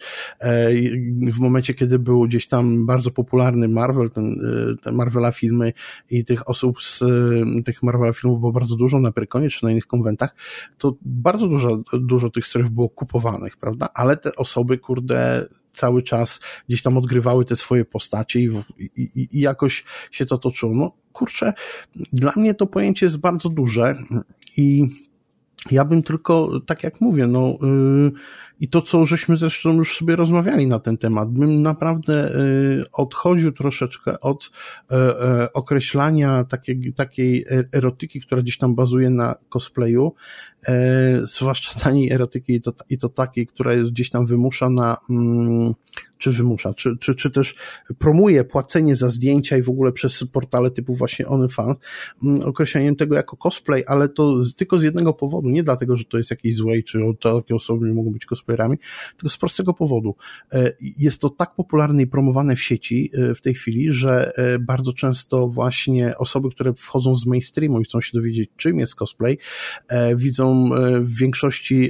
w momencie, kiedy był gdzieś tam bardzo popularny Marvel, ten, te Marvela filmy i tych osób z tych Marvela filmów było bardzo dużo na Pyrkonie czy na innych konwentach, to bardzo dużo, dużo tych strojów było kupowanych, prawda? Ale te osoby, kurde, cały czas gdzieś tam odgrywały te swoje postacie i, i, i jakoś się to toczyło. No kurczę, dla mnie to pojęcie jest bardzo duże i ja bym tylko, tak jak mówię, no yy, i to, co żeśmy zresztą już sobie rozmawiali na ten temat, bym naprawdę yy, odchodził troszeczkę od yy, yy, określania takiej, takiej erotyki, która gdzieś tam bazuje na cosplayu, yy, zwłaszcza taniej erotyki i to, i to takiej, która jest gdzieś tam wymusza na, yy, czy wymusza, czy, czy, czy też promuje płacenie za zdjęcia i w ogóle przez portale typu właśnie OnlyFans, yy, określaniem tego jako cosplay, ale to tylko z jednego powodu, nie dlatego, że to jest jakieś złe, czy takie osoby nie mogą być cosplayerami, tylko z prostego powodu. Jest to tak popularne i promowane w sieci w tej chwili, że bardzo często właśnie osoby, które wchodzą z mainstreamu i chcą się dowiedzieć, czym jest cosplay, widzą w większości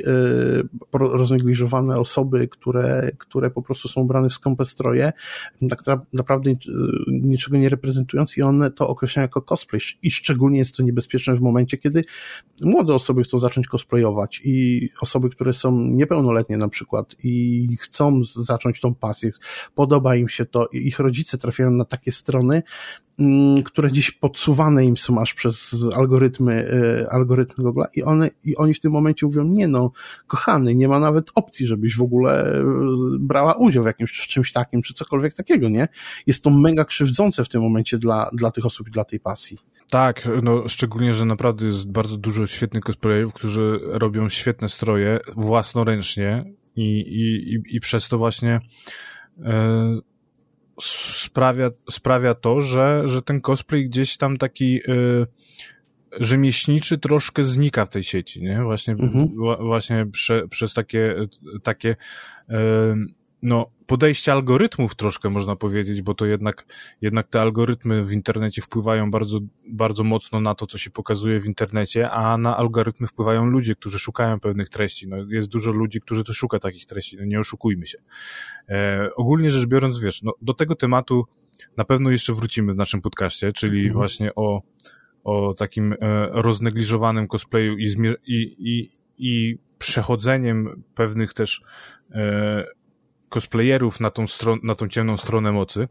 roznegliżowane osoby, które, które po prostu są ubrane w skąpe stroje, tak naprawdę niczego nie reprezentując i one to określają jako cosplay i szczególnie jest to niebezpieczne w momencie, kiedy młode osoby chcą zacząć cosplayować i osoby, które są niepełnoletnie na przykład i chcą zacząć tą pasję, podoba im się to i ich rodzice trafiają na takie strony, które gdzieś podsuwane im są aż przez algorytmy, algorytmy Google'a i one, i oni w tym momencie mówią, nie no, kochany, nie ma nawet opcji, żebyś w ogóle brała udział w jakimś w czymś takim, czy cokolwiek takiego, nie? Jest to mega krzywdzące w tym momencie dla, dla tych osób i dla tej pasji. Tak, no szczególnie, że naprawdę jest bardzo dużo świetnych cosplayerów, którzy robią świetne stroje własnoręcznie i, i, i, i przez to właśnie e, sprawia, sprawia to, że, że ten cosplay gdzieś tam taki e, rzemieślniczy troszkę znika w tej sieci, nie? Właśnie, mhm. w, właśnie prze, przez takie, takie e, no, podejście algorytmów troszkę można powiedzieć, bo to jednak, jednak te algorytmy w internecie wpływają bardzo, bardzo mocno na to, co się pokazuje w internecie, a na algorytmy wpływają ludzie, którzy szukają pewnych treści. No, jest dużo ludzi, którzy to szuka takich treści, no, nie oszukujmy się. E, ogólnie rzecz biorąc, wiesz, no, do tego tematu na pewno jeszcze wrócimy w naszym podcaście, czyli mhm. właśnie o, o takim e, roznegliżowanym cosplayu i, zmier- i, i, i przechodzeniem pewnych też e, cosplayerów na tą, stron- na tą ciemną stronę mocy.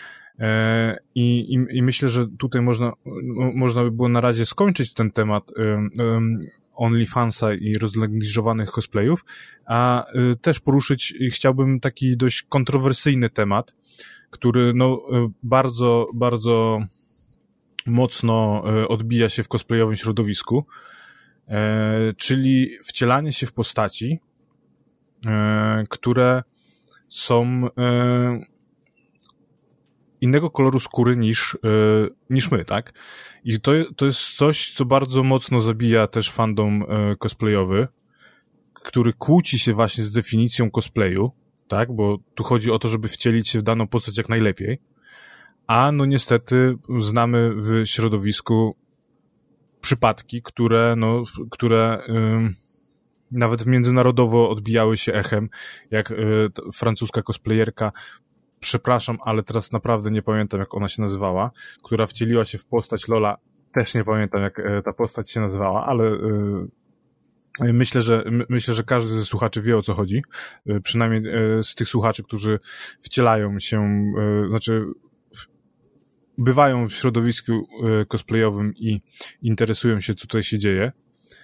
E, i, i, I myślę, że tutaj można, można by było na razie skończyć ten temat um, um, OnlyFansa i roznegliżowanych cosplayów, a y, też poruszyć chciałbym taki dość kontrowersyjny temat, który no, bardzo, bardzo mocno odbija się w cosplayowym środowisku, e, czyli wcielanie się w postaci, e, które są e, innego koloru skóry niż, e, niż my, tak? I to, to jest coś, co bardzo mocno zabija też fandom e, cosplayowy, który kłóci się właśnie z definicją cosplayu, tak? Bo tu chodzi o to, żeby wcielić się w daną postać jak najlepiej, a no niestety znamy w środowisku przypadki, które, no, które ym, nawet międzynarodowo odbijały się echem, jak y, francuska cosplayerka, przepraszam, ale teraz naprawdę nie pamiętam, jak ona się nazywała, która wcieliła się w postać Lola, też nie pamiętam, jak y, ta postać się nazywała, ale y, Myślę, że myślę, że każdy ze słuchaczy wie, o co chodzi. Przynajmniej z tych słuchaczy, którzy wcielają się, znaczy bywają w środowisku cosplayowym i interesują się, co tutaj się dzieje.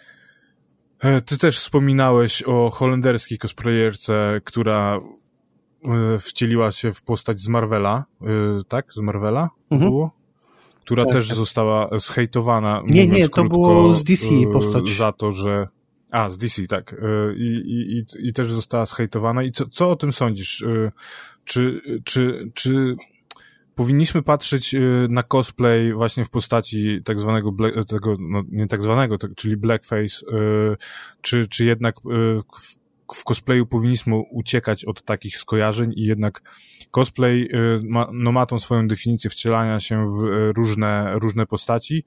Ty też wspominałeś o holenderskiej cosplayerce, która wcieliła się w postać z Marvela, tak? Z Marvela mhm. było? Która tak, też tak. została zhejtowana. Nie, nie, to krótko, było z D C postać. Za to, że... A, z D C, tak. I, i, i, i też została zhejtowana. I co, co o tym sądzisz? Czy, czy, czy powinniśmy patrzeć na cosplay właśnie w postaci tak zwanego, black, tego, no nie tak zwanego, tak, czyli blackface, czy, czy jednak w, w cosplayu powinniśmy uciekać od takich skojarzeń i jednak cosplay ma, no ma tą swoją definicję wcielania się w różne, różne postaci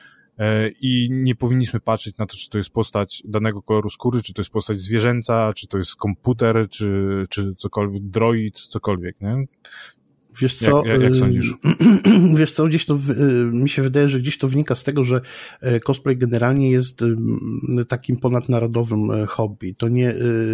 i nie powinniśmy patrzeć na to, czy to jest postać danego koloru skóry, czy to jest postać zwierzęca, czy to jest komputer, czy, czy cokolwiek, droid, cokolwiek, nie? Wiesz co, jak, jak, jak sądzisz? Wiesz co, gdzieś to, mi się wydaje, że gdzieś to wynika z tego, że cosplay generalnie jest takim ponadnarodowym hobby. To nie,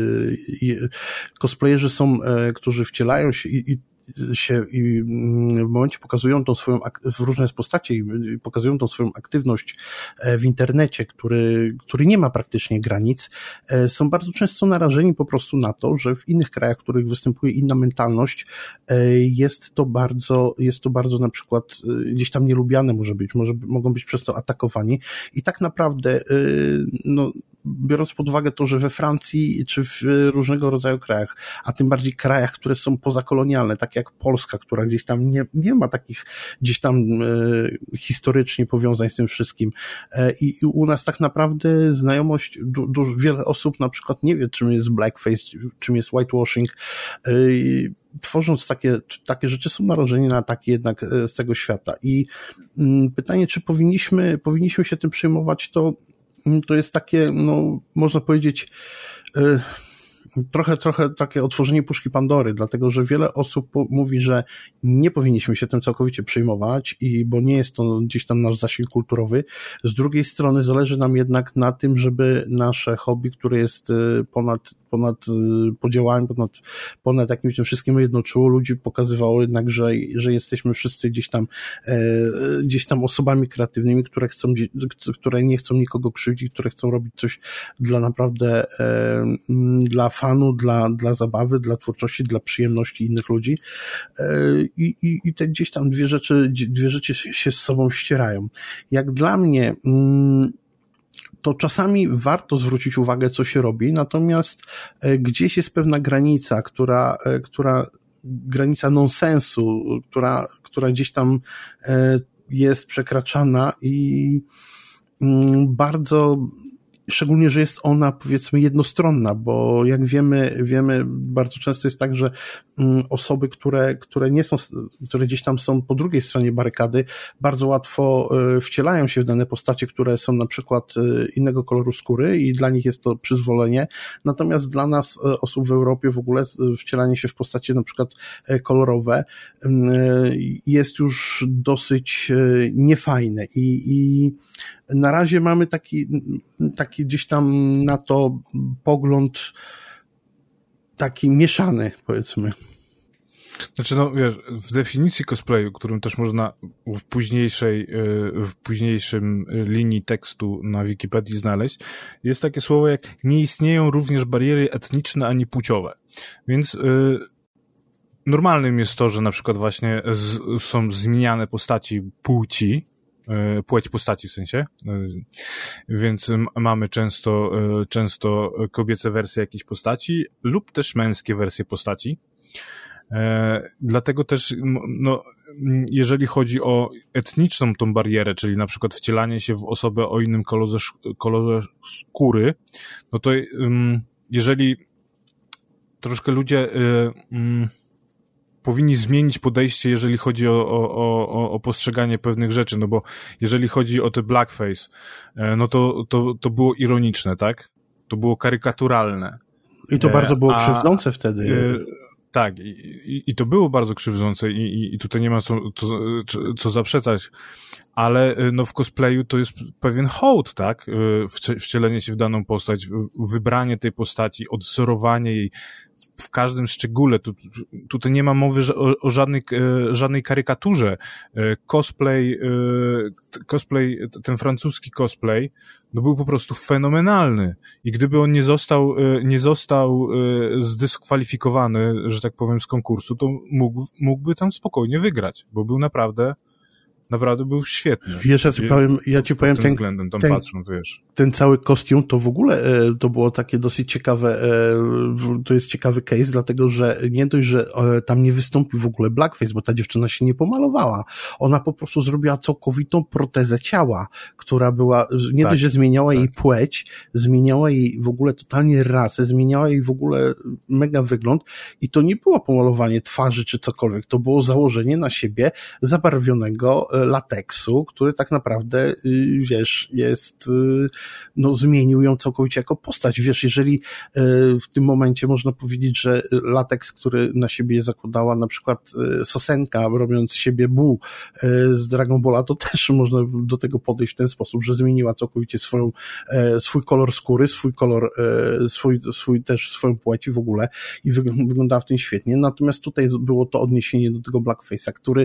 cosplayerzy są, którzy wcielają się i, i się i w momencie pokazują tą swoją, w różne postacie i pokazują tą swoją aktywność w internecie, który, który nie ma praktycznie granic, są bardzo często narażeni po prostu na to, że w innych krajach, w których występuje inna mentalność, jest to bardzo, jest to bardzo na przykład gdzieś tam nielubiane może być, może mogą być przez to atakowani i tak naprawdę, no, biorąc pod uwagę to, że we Francji czy w różnego rodzaju krajach, a tym bardziej krajach, które są pozakolonialne, tak jak Polska, która gdzieś tam nie, nie ma takich gdzieś tam e, historycznie powiązań z tym wszystkim. E, i, I u nas tak naprawdę znajomość, du, du, wiele osób na przykład nie wie, czym jest blackface, czym jest whitewashing. E, tworząc takie, takie rzeczy są narażeni na ataki jednak z tego świata. I m, pytanie, czy powinniśmy, powinniśmy się tym przejmować, to to jest takie, no, można powiedzieć, yy, trochę, trochę takie otworzenie puszki Pandory, dlatego, że wiele osób mówi, że nie powinniśmy się tym całkowicie przejmować i bo nie jest to gdzieś tam nasz zasięg kulturowy. Z drugiej strony zależy nam jednak na tym, żeby nasze hobby, które jest ponad, ponad podziałami, ponad, ponad jakimś tym wszystkim jednoczyło, ludzi pokazywało jednak, że, że jesteśmy wszyscy gdzieś tam, e, gdzieś tam osobami kreatywnymi, które chcą, które nie chcą nikogo krzywdzić, które chcą robić coś dla naprawdę, e, dla fanu, dla, dla zabawy, dla twórczości, dla przyjemności innych ludzi. I, i, i te gdzieś tam dwie rzeczy, dwie rzeczy się z sobą ścierają. Jak dla mnie, to czasami warto zwrócić uwagę, co się robi, natomiast gdzieś jest pewna granica, która, która granica nonsensu, która, która gdzieś tam jest przekraczana i bardzo szczególnie, że jest ona, powiedzmy, jednostronna, bo jak wiemy, wiemy, bardzo często jest tak, że osoby, które, które nie są, które gdzieś tam są po drugiej stronie barykady, bardzo łatwo wcielają się w dane postacie, które są na przykład innego koloru skóry i dla nich jest to przyzwolenie, natomiast dla nas, osób w Europie w ogóle, wcielanie się w postacie na przykład kolorowe jest już dosyć niefajne i, i na razie mamy taki, taki gdzieś tam na to pogląd taki mieszany, powiedzmy. Znaczy, no wiesz, w definicji cosplayu, którym też można w późniejszej, w późniejszym linii tekstu na Wikipedii znaleźć, jest takie słowo jak nie istnieją również bariery etniczne ani płciowe. Więc yy, normalnym jest to, że na przykład właśnie z, są zmieniane postaci płci, płeć postaci w sensie, więc mamy często, często kobiece wersje jakiejś postaci lub też męskie wersje postaci. Dlatego też, no, jeżeli chodzi o etniczną tą barierę, czyli na przykład wcielanie się w osobę o innym kolorze, kolorze skóry, no to jeżeli troszkę ludzie powinni zmienić podejście, jeżeli chodzi o, o, o, o postrzeganie pewnych rzeczy, no bo jeżeli chodzi o te blackface, no to, to, to było ironiczne, tak? To było karykaturalne. I to bardzo było krzywdzące A, wtedy. Tak, i, i, i to było bardzo krzywdzące i, i, i tutaj nie ma co, co, co zaprzeczać, ale no w cosplayu to jest pewien hołd, tak? Wcielenie się w daną postać, wybranie tej postaci, odwzorowanie jej w każdym szczególe. Tu, tutaj nie ma mowy o, o żadnej, żadnej karykaturze. Cosplay, cosplay, ten francuski cosplay, no był po prostu fenomenalny. I gdyby on nie został, nie został zdyskwalifikowany, że tak powiem, z konkursu, to mógł, mógłby tam spokojnie wygrać, bo był naprawdę Naprawdę był świetny. Wiesz, ja ci powiem, ja ci powiem pod tym ten, względem, tam ten, patrząc, wiesz. ten cały kostium to w ogóle e, to było takie dosyć ciekawe, e, to jest ciekawy case, dlatego że nie dość, że e, tam nie wystąpił w ogóle blackface, bo ta dziewczyna się nie pomalowała. Ona po prostu zrobiła całkowitą protezę ciała, która była, nie tak, dość, że zmieniała tak. jej płeć, zmieniała jej w ogóle totalnie rasę, zmieniała jej w ogóle mega wygląd i to nie było pomalowanie twarzy czy cokolwiek, to było założenie na siebie zabarwionego lateksu, który tak naprawdę, wiesz, jest, no zmienił ją całkowicie jako postać. Wiesz, jeżeli w tym momencie można powiedzieć, że lateks, który na siebie zakładała na przykład Sosenka, robiąc z siebie Buu z Dragon Balla, to też można do tego podejść w ten sposób, że zmieniła całkowicie swoją, swój kolor skóry, swój kolor, swój, swój też swoją płeć w ogóle i wyglądała w tym świetnie. Natomiast tutaj było to odniesienie do tego blackface'a, który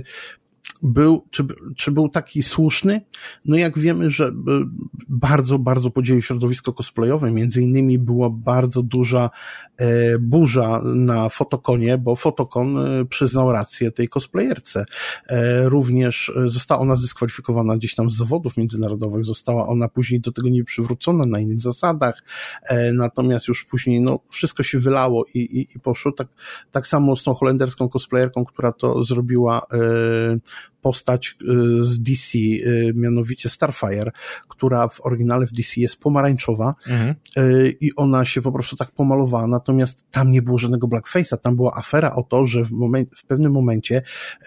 był, czy, czy był taki słuszny? No jak wiemy, że bardzo, bardzo podzielił środowisko cosplayowe, między innymi była bardzo duża e, burza na Fotokonie, bo Fotokon e, przyznał rację tej cosplayerce. E, również została ona zdyskwalifikowana gdzieś tam z zawodów międzynarodowych, została ona później do tego nie przywrócona na innych zasadach, e, natomiast już później no wszystko się wylało i, i, i poszło. Tak, tak samo z tą holenderską cosplayerką, która to zrobiła e, postać z D C, mianowicie Starfire, która w oryginale w D C jest pomarańczowa mhm. i ona się po prostu tak pomalowała, natomiast tam nie było żadnego blackface'a, tam była afera o to, że w, momen- w pewnym momencie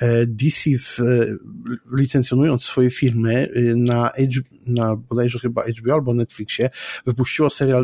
D C w, licencjonując swoje filmy na, H- na bodajże chyba H B O albo Netflixie, wypuściło serial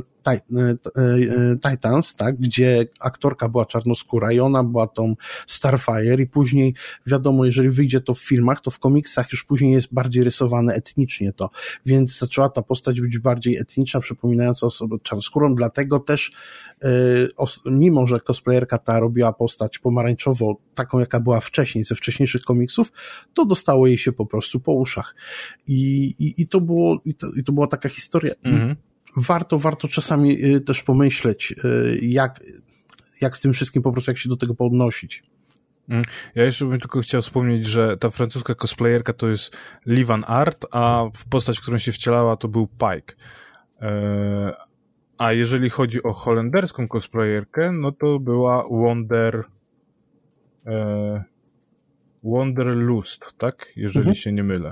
Titans, tak, gdzie aktorka była czarnoskóra i ona była tą Starfire i później wiadomo, jeżeli wyjdzie to w filmach, to w komiksach już później jest bardziej rysowane etnicznie to, więc zaczęła ta postać być bardziej etniczna, przypominająca osobę czarnoskórą, dlatego też yy, os- mimo, że cosplayerka ta robiła postać pomarańczowo, taką jaka była wcześniej, ze wcześniejszych komiksów, to dostało jej się po prostu po uszach i, i, i to było i to, i to była taka historia mhm. Warto, warto czasami też pomyśleć, jak, jak z tym wszystkim po prostu, jak się do tego podnosić. Ja jeszcze bym tylko chciał wspomnieć, że ta francuska cosplayerka to jest Livan Art, a w postać, w którą się wcielała, to był Pike. A jeżeli chodzi o holenderską cosplayerkę, no to była Wonder Wonderlust, tak? Jeżeli mhm. się nie mylę.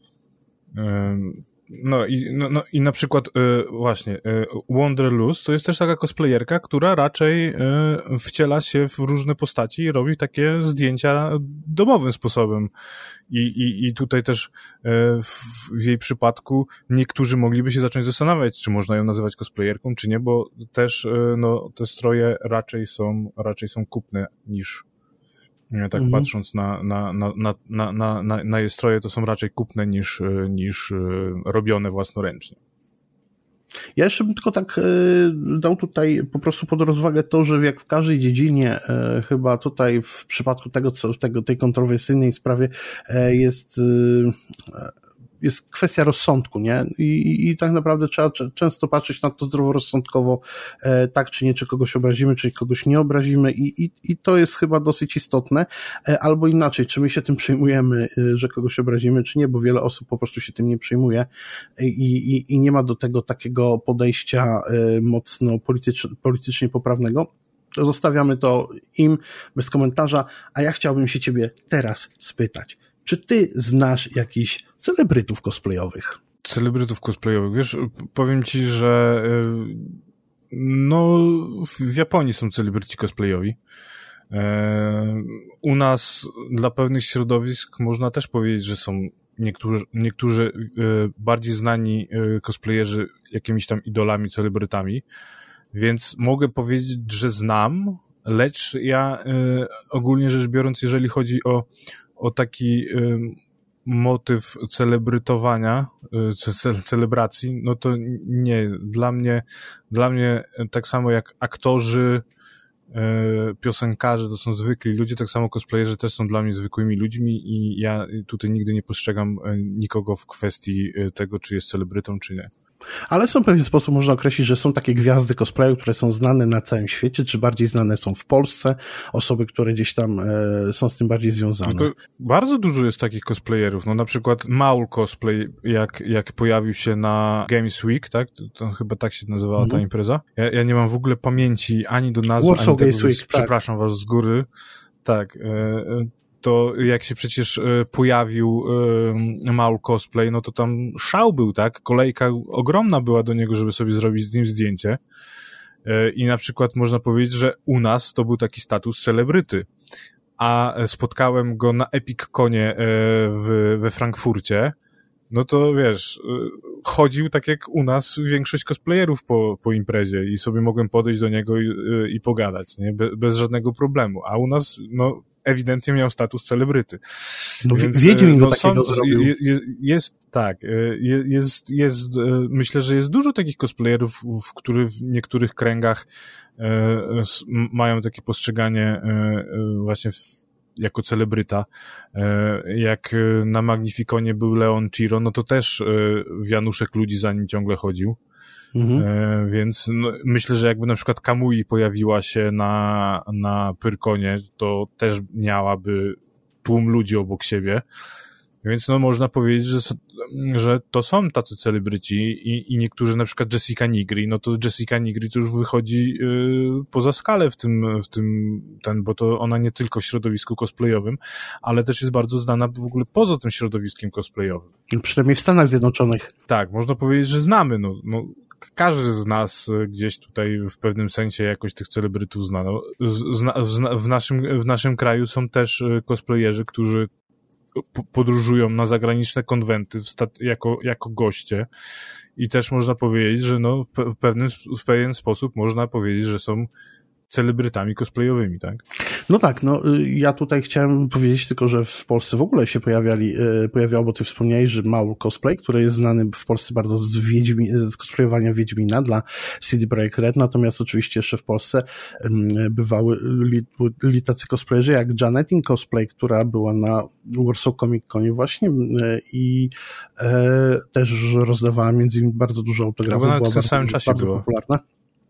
No i, no, no i na przykład y, właśnie y, Wanderlust to jest też taka cosplayerka, która raczej y, wciela się w różne postaci i robi takie zdjęcia domowym sposobem. I, i, i tutaj też y, w, w jej przypadku niektórzy mogliby się zacząć zastanawiać, czy można ją nazywać cosplayerką, czy nie, bo też y, no, te stroje raczej są, raczej są kupne niż tak mhm. patrząc na, na, na, na, na, na, na jej stroje, to są raczej kupne niż, niż robione własnoręcznie. Ja jeszcze bym tylko tak dał tutaj po prostu pod rozwagę to, że jak w każdej dziedzinie, chyba tutaj w przypadku tego, co tego, tej kontrowersyjnej sprawie jest jest kwestia rozsądku, nie? I, i, i tak naprawdę trzeba c- często patrzeć na to zdroworozsądkowo, e, tak czy nie, czy kogoś obrazimy, czy kogoś nie obrazimy i, i, i to jest chyba dosyć istotne, e, albo inaczej, czy my się tym przejmujemy, e, że kogoś obrazimy, czy nie, bo wiele osób po prostu się tym nie przejmuje i, i, i nie ma do tego takiego podejścia e, mocno politycz- politycznie poprawnego. Zostawiamy to im bez komentarza, a ja chciałbym się ciebie teraz spytać. Czy ty znasz jakichś celebrytów cosplayowych? Celebrytów cosplayowych, wiesz, powiem ci, że no w Japonii są celebryci cosplayowi. U nas dla pewnych środowisk można też powiedzieć, że są niektórzy, niektórzy bardziej znani cosplayerzy jakimiś tam idolami, celebrytami, więc mogę powiedzieć, że znam lecz ja y, ogólnie rzecz biorąc, jeżeli chodzi o, o taki y, motyw celebrytowania, y, ce, celebracji, no to nie, dla mnie, dla mnie tak samo jak aktorzy, piosenkarze to są zwykli ludzie, tak samo cosplayerzy też są dla mnie zwykłymi ludźmi i ja tutaj nigdy nie postrzegam nikogo w kwestii tego, czy jest celebrytą, czy nie. Ale są w pewien sposób, można określić, że są takie gwiazdy cosplayu, które są znane na całym świecie, czy bardziej znane są w Polsce, osoby, które gdzieś tam e, są z tym bardziej związane. No to bardzo dużo jest takich cosplayerów, no na przykład Maul Cosplay, jak, jak pojawił się na Games Week, tak? To, to chyba tak się nazywała mm. ta impreza. Ja, ja nie mam w ogóle pamięci ani do nazwy, Warsaw ani tego, Games Week, przepraszam tak. was z góry. Tak, e, to jak się przecież e, pojawił e, Maul Cosplay, no to tam szał był, tak? Kolejka ogromna była do niego, żeby sobie zrobić z nim zdjęcie. E, I na przykład można powiedzieć, że u nas to był taki status celebryty. A spotkałem go na Epic Conie e, w, we Frankfurcie, no to wiesz, chodził tak jak u nas większość cosplayerów po, po imprezie i sobie mogłem podejść do niego i, i pogadać, nie? Be, bez żadnego problemu. A u nas, no, ewidentnie miał status celebryty. No, Więc, Wiedźmin go no, takiego są, zrobił. Jest, jest, tak, jest, jest, myślę, że jest dużo takich cosplayerów, w których w niektórych kręgach e, mają takie postrzeganie e, właśnie w, jako celebryta. Jak na Magnificonie był Leon Chiro, no to też wianuszek ludzi za nim ciągle chodził. Mhm. Więc no, myślę, że jakby na przykład Kamui pojawiła się na, na Pyrkonie, to też miałaby tłum ludzi obok siebie. Więc no można powiedzieć, że, że to są tacy celebryci i, i niektórzy, na przykład Jessica Nigri, no to Jessica Nigri to już wychodzi yy, poza skalę w tym, w tym ten, bo to ona nie tylko w środowisku cosplayowym, ale też jest bardzo znana w ogóle poza tym środowiskiem cosplayowym. Przynajmniej w Stanach Zjednoczonych. Tak, można powiedzieć, że znamy, no, no każdy z nas gdzieś tutaj w pewnym sensie jakoś tych celebrytów zna. No, zna w, w, naszym, w naszym kraju są też cosplayerzy, którzy podróżują na zagraniczne konwenty jako, jako goście i też można powiedzieć, że no w, pewnym, w pewien sposób można powiedzieć, że są celebrytami cosplayowymi, tak? No tak, no ja tutaj chciałem powiedzieć tylko, że w Polsce w ogóle się pojawiali, pojawiało, bo ty wspomniałeś, że Maul Cosplay, który jest znany w Polsce bardzo z, Wiedźmi, z cosplayowania Wiedźmina dla C D Projekt Red, natomiast oczywiście jeszcze w Polsce bywały li, li tacy cosplayerzy jak Janetin Cosplay, która była na Warsaw Comic Conie właśnie i e, też rozdawała między innymi bardzo dużo autografów, była bardzo, w samym czasie bardzo było. popularna.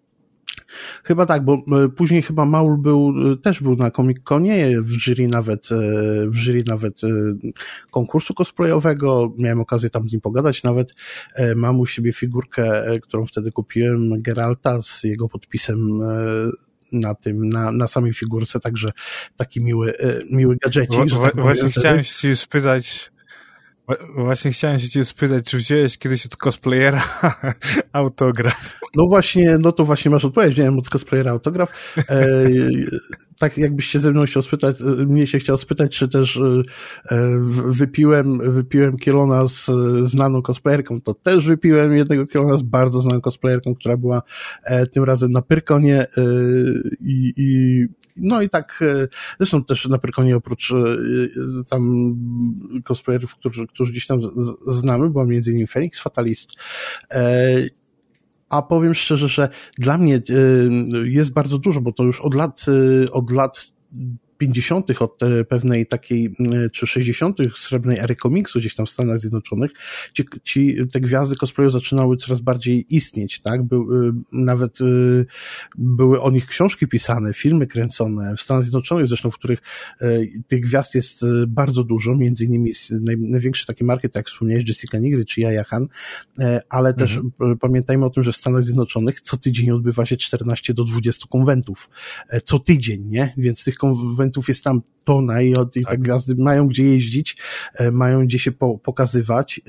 Chyba tak, bo później chyba Maul był, też był na Comic-Conie, w jury nawet, w jury nawet konkursu cosplayowego, miałem okazję tam z nim pogadać, nawet mam u siebie figurkę, którą wtedy kupiłem, Geralta z jego podpisem na tym, na, na samej figurce, także taki miły, miły gadżecik. W, tak właśnie chciałem się spytać, Właśnie chciałem się cię spytać, czy wziąłeś kiedyś od cosplayera autograf? No właśnie, no to właśnie masz odpowiedź, wziąłem od cosplayera autograf. E, tak jakbyście ze mną chciał spytać, mnie się chciał spytać, czy też e, wypiłem, wypiłem kielona z znaną cosplayerką, to też wypiłem jednego kielona z bardzo znaną cosplayerką, która była e, tym razem na Pyrkonie e, i, i no i tak, e, zresztą też na Pyrkonie oprócz e, tam cosplayerów, którzy którzy gdzieś tam z, z, znamy, była między innymi Phoenix Fatalist. E, a powiem szczerze, że dla mnie e, jest bardzo dużo, bo to już od lat, e, od lat pięćdziesiątych od pewnej takiej, czy sześćdziesiątych srebrnej ery komiksu gdzieś tam w Stanach Zjednoczonych, ci, ci te gwiazdy cosplayu zaczynały coraz bardziej istnieć, tak? Były, nawet były o nich książki pisane, filmy kręcone w Stanach Zjednoczonych, zresztą w których tych gwiazd jest bardzo dużo, między innymi największe takie marki, tak jak wspomniałeś, Jessica Nigri czy Yaya Han, ale też mhm. pamiętajmy o tym, że w Stanach Zjednoczonych co tydzień odbywa się czternaście do dwudziestu konwentów. Co tydzień, nie? Więc tych konwentów jest tam tona i, od, i te gwiazdy mają gdzie jeździć, mają gdzie się po, pokazywać.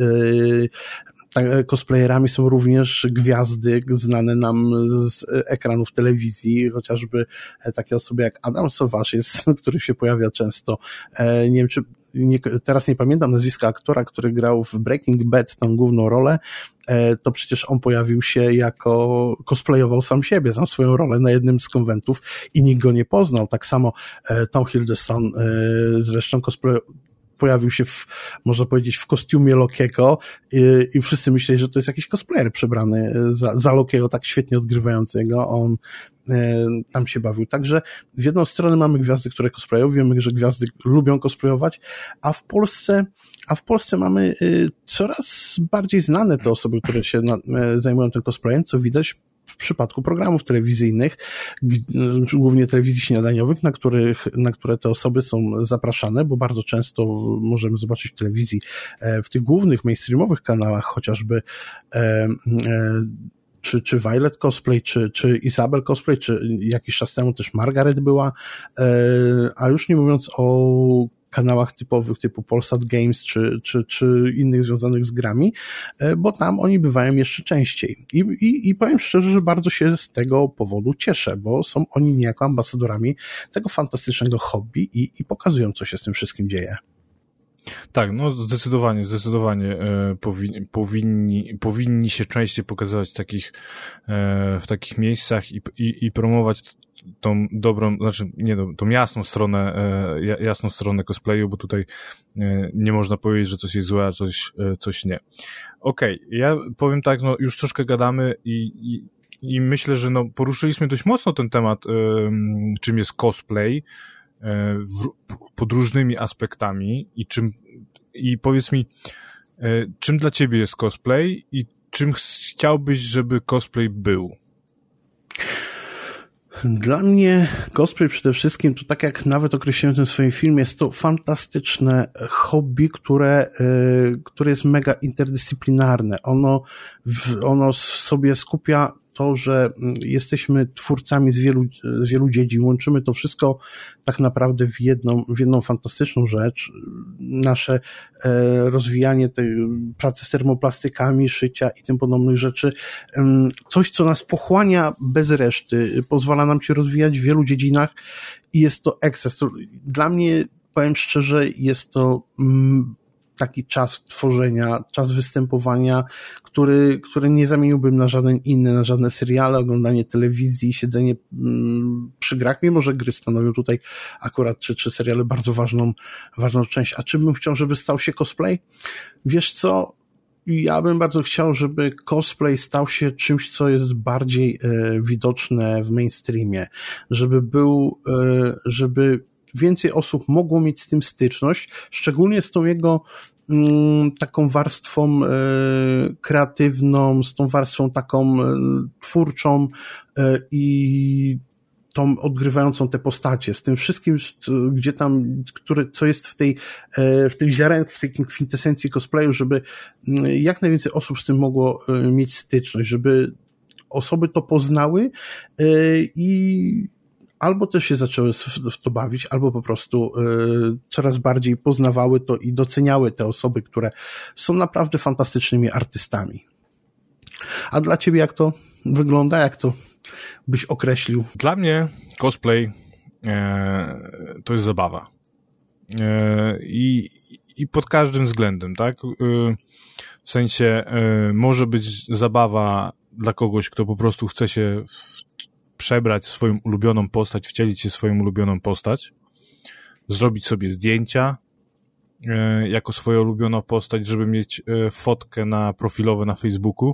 Tak, cosplayerami są również gwiazdy znane nam z ekranów telewizji, chociażby takie osoby jak Adam Sowasz jest, który się pojawia często. Nie wiem, czy nie, teraz nie pamiętam nazwiska aktora, który grał w Breaking Bad tą główną rolę, to przecież on pojawił się jako, cosplayował sam siebie, sam swoją rolę na jednym z konwentów i nikt go nie poznał. Tak samo Tom Hiddleston zresztą cosplay pojawił się w, można powiedzieć, w kostiumie Lokiego i, i wszyscy myśleli, że to jest jakiś cosplayer przebrany za, za Lokiego, tak świetnie odgrywającego. On e, tam się bawił. Także w jedną stronę mamy gwiazdy, które cosplayują, wiemy, że gwiazdy lubią cosplayować, a w Polsce, a w Polsce mamy y, coraz bardziej znane te osoby, które się na, e, zajmują tym cosplayem, co widać w przypadku programów telewizyjnych, głównie telewizji śniadaniowych, na których, na które te osoby są zapraszane, bo bardzo często możemy zobaczyć w telewizji, w tych głównych mainstreamowych kanałach, chociażby e, e, czy, czy Violet Cosplay, czy, czy Isabel Cosplay, czy jakiś czas temu też Margaret była, e, a już nie mówiąc o kanałach typowych typu Polsat Games czy, czy, czy innych związanych z grami, bo tam oni bywają jeszcze częściej. I, i, i powiem szczerze, że bardzo się z tego powodu cieszę, bo są oni niejako ambasadorami tego fantastycznego hobby i, i pokazują, co się z tym wszystkim dzieje. Tak, no zdecydowanie, zdecydowanie e, powinni, powinni, powinni się częściej pokazywać w takich, e, w takich miejscach i, i, i promować tą dobrą, znaczy nie, tą jasną stronę, e, jasną stronę cosplayu, bo tutaj e, nie można powiedzieć, że coś jest złe, a coś, e, coś nie. Okej, okay, ja powiem tak, no już troszkę gadamy i, i, i myślę, że no poruszyliśmy dość mocno ten temat, e, czym jest cosplay, W, pod różnymi aspektami i czym, i powiedz mi, czym dla ciebie jest cosplay i czym chciałbyś, żeby cosplay był? Dla mnie cosplay przede wszystkim, to tak jak nawet określiłem w tym swoim filmie, jest to fantastyczne hobby, które, które jest mega interdyscyplinarne. Ono, ono sobie skupia to, że jesteśmy twórcami z wielu, z wielu dziedzin, łączymy to wszystko tak naprawdę w jedną, w jedną fantastyczną rzecz. Nasze e, rozwijanie tej pracy z termoplastykami, szycia i tym podobnych rzeczy. E, coś, co nas pochłania bez reszty, pozwala nam się rozwijać w wielu dziedzinach i jest to eksces. To, dla mnie, powiem szczerze, jest to mm, taki czas tworzenia, czas występowania, który, który nie zamieniłbym na żaden inny, na żadne seriale, oglądanie telewizji, siedzenie mm, przy grach, mimo że gry stanowią tutaj akurat, czy, czy seriale bardzo ważną, ważną część. A czym bym chciał, żeby stał się cosplay? Wiesz co? Ja bym bardzo chciał, żeby cosplay stał się czymś, co jest bardziej e, widoczne w mainstreamie, żeby był, e, żeby więcej osób mogło mieć z tym styczność, szczególnie z tą jego mm, taką warstwą e, kreatywną, z tą warstwą taką e, twórczą e, i tą odgrywającą te postacie, z tym wszystkim, gdzie tam, które, co jest w tej, e, w tej ziarenki, w tej kwintesencji cosplayu, żeby jak najwięcej osób z tym mogło e, mieć styczność, żeby osoby to poznały e, i albo też się zaczęły w to bawić, albo po prostu y, coraz bardziej poznawały to i doceniały te osoby, które są naprawdę fantastycznymi artystami. A dla ciebie jak to wygląda? Jak to byś określił? Dla mnie cosplay e, to jest zabawa. E, i, I pod każdym względem, tak? E, w sensie e, może być zabawa dla kogoś, kto po prostu chce się w, przebrać swoją ulubioną postać, wcielić się w swoją ulubioną postać, zrobić sobie zdjęcia e, jako swoją ulubioną postać, żeby mieć e, fotkę na profilowe na Facebooku.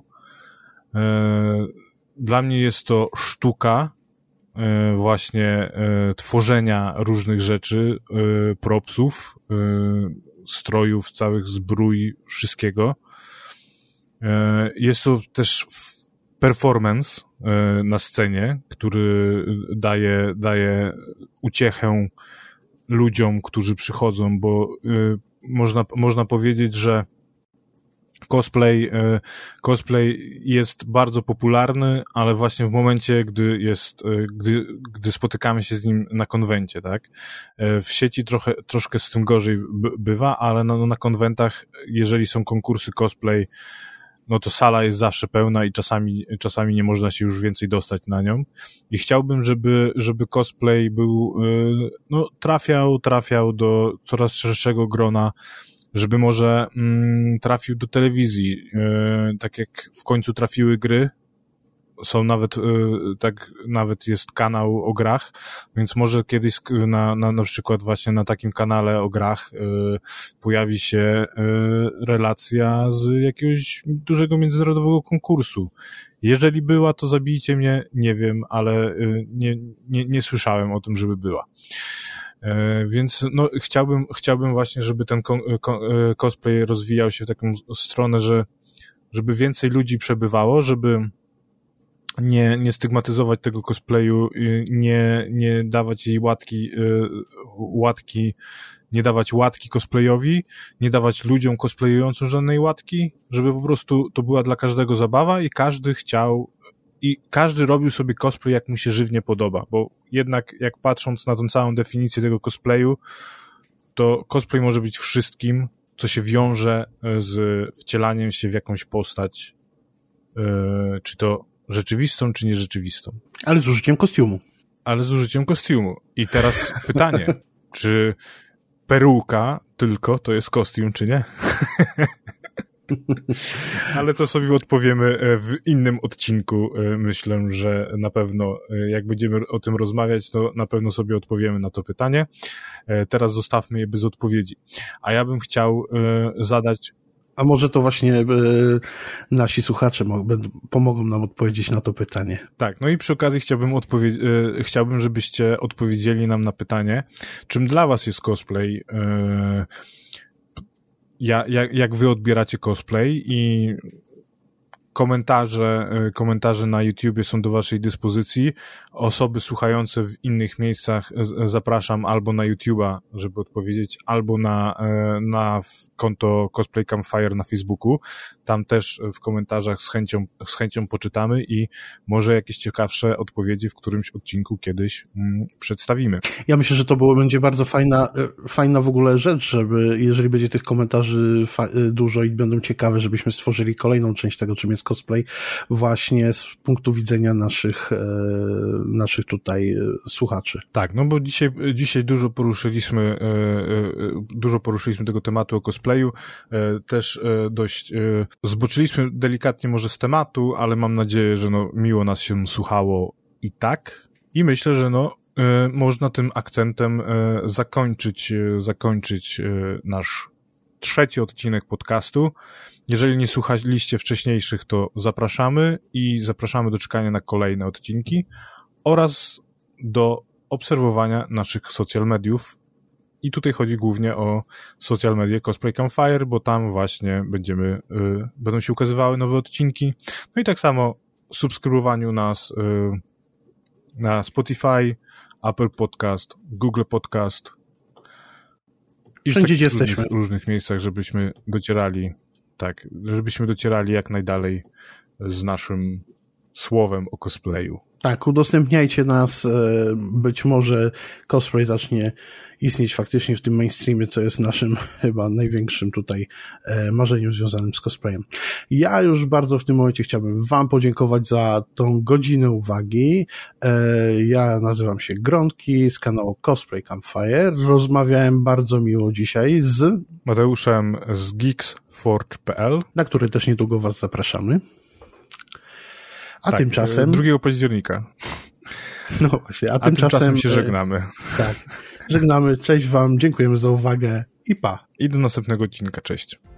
E, dla mnie jest to sztuka e, właśnie e, tworzenia różnych rzeczy, e, propsów, e, strojów, całych zbrój, wszystkiego. E, jest to też performance na scenie, który daje, daje uciechę ludziom, którzy przychodzą, bo y, można, można powiedzieć, że cosplay, y, cosplay jest bardzo popularny, ale właśnie w momencie, gdy jest, y, gdy, gdy spotykamy się z nim na konwencie, tak? Y, w sieci trochę, troszkę z tym gorzej by, bywa, ale no, na konwentach, jeżeli są konkursy cosplay, no to sala jest zawsze pełna i czasami, czasami nie można się już więcej dostać na nią. I chciałbym, żeby, żeby cosplay był, no, trafiał, trafiał do coraz szerszego grona, żeby może mm, trafił do telewizji, tak jak w końcu trafiły gry. Są nawet, tak, nawet jest kanał o grach, więc może kiedyś na, na, na przykład właśnie na takim kanale o grach pojawi się relacja z jakiegoś dużego międzynarodowego konkursu. Jeżeli była, to zabijcie mnie, nie wiem, ale nie, nie, nie słyszałem o tym, żeby była. Więc no, chciałbym, chciałbym właśnie, żeby ten cosplay rozwijał się w taką stronę, że żeby więcej ludzi przebywało, żeby nie, nie stygmatyzować tego cosplayu, nie, nie dawać jej łatki, łatki, nie dawać łatki cosplayowi, nie dawać ludziom cosplayującym żadnej łatki, żeby po prostu to była dla każdego zabawa i każdy chciał i każdy robił sobie cosplay, jak mu się żywnie podoba, bo jednak jak patrząc na tą całą definicję tego cosplayu, to cosplay może być wszystkim, co się wiąże z wcielaniem się w jakąś postać, czy to rzeczywistą, czy nierzeczywistą. Ale z użyciem kostiumu. Ale z użyciem kostiumu. I teraz pytanie, czy peruka tylko to jest kostium, czy nie? Ale to sobie odpowiemy w innym odcinku. Myślę, że na pewno jak będziemy o tym rozmawiać, to na pewno sobie odpowiemy na to pytanie. Teraz zostawmy je bez odpowiedzi. A ja bym chciał zadać... A może to właśnie e, nasi słuchacze pomogą nam odpowiedzieć na to pytanie. Tak, no i przy okazji chciałbym, odpowie- e, chciałbym, żebyście odpowiedzieli nam na pytanie, czym dla was jest cosplay, e, ja, jak, jak wy odbieracie cosplay i komentarze, komentarze na YouTubie są do waszej dyspozycji. Osoby słuchające w innych miejscach zapraszam albo na YouTube'a, żeby odpowiedzieć, albo na, na konto Cosplay Campfire na Facebooku. Tam też w komentarzach z chęcią, z chęcią poczytamy i może jakieś ciekawsze odpowiedzi w którymś odcinku kiedyś mm, przedstawimy. Ja myślę, że to było, będzie bardzo fajna, fajna w ogóle rzecz, żeby jeżeli będzie tych komentarzy fa- dużo i będą ciekawe, żebyśmy stworzyli kolejną część tego, czym jest cosplay, właśnie z punktu widzenia naszych, e, naszych tutaj e, słuchaczy. Tak, no bo dzisiaj, dzisiaj dużo poruszyliśmy, e, e, dużo poruszyliśmy tego tematu o cosplayu, e, też e, dość e, zboczyliśmy delikatnie może z tematu, ale mam nadzieję, że no miło nas się słuchało i tak. I myślę, że no e, można tym akcentem e, zakończyć, e, zakończyć e, nasz trzeci odcinek podcastu. Jeżeli nie słuchaliście wcześniejszych, to zapraszamy i zapraszamy do czekania na kolejne odcinki oraz do obserwowania naszych social mediów. I tutaj chodzi głównie o social media Cosplay Campfire, bo tam właśnie będziemy, y, będą się ukazywały nowe odcinki. No i tak samo subskrybowaniu nas y, na Spotify, Apple Podcast, Google Podcast. I wszędzie, gdzie w różnych, jesteśmy. W różnych miejscach, żebyśmy docierali, tak, żebyśmy docierali jak najdalej z naszym słowem o cosplayu. Tak, udostępniajcie nas, być może cosplay zacznie istnieć faktycznie w tym mainstreamie, co jest naszym chyba największym tutaj marzeniem związanym z cosplayem. Ja już bardzo w tym momencie chciałbym wam podziękować za tą godzinę uwagi. Ja nazywam się Gronki z kanału Cosplay Campfire. Rozmawiałem bardzo miło dzisiaj z Mateuszem z geeks forge kropka p l, na który też niedługo was zapraszamy. A tak, tymczasem... drugiego października. No właśnie, a, a tymczasem... tymczasem się żegnamy. Tak, żegnamy, cześć wam, dziękujemy za uwagę i pa. I do następnego odcinka, cześć.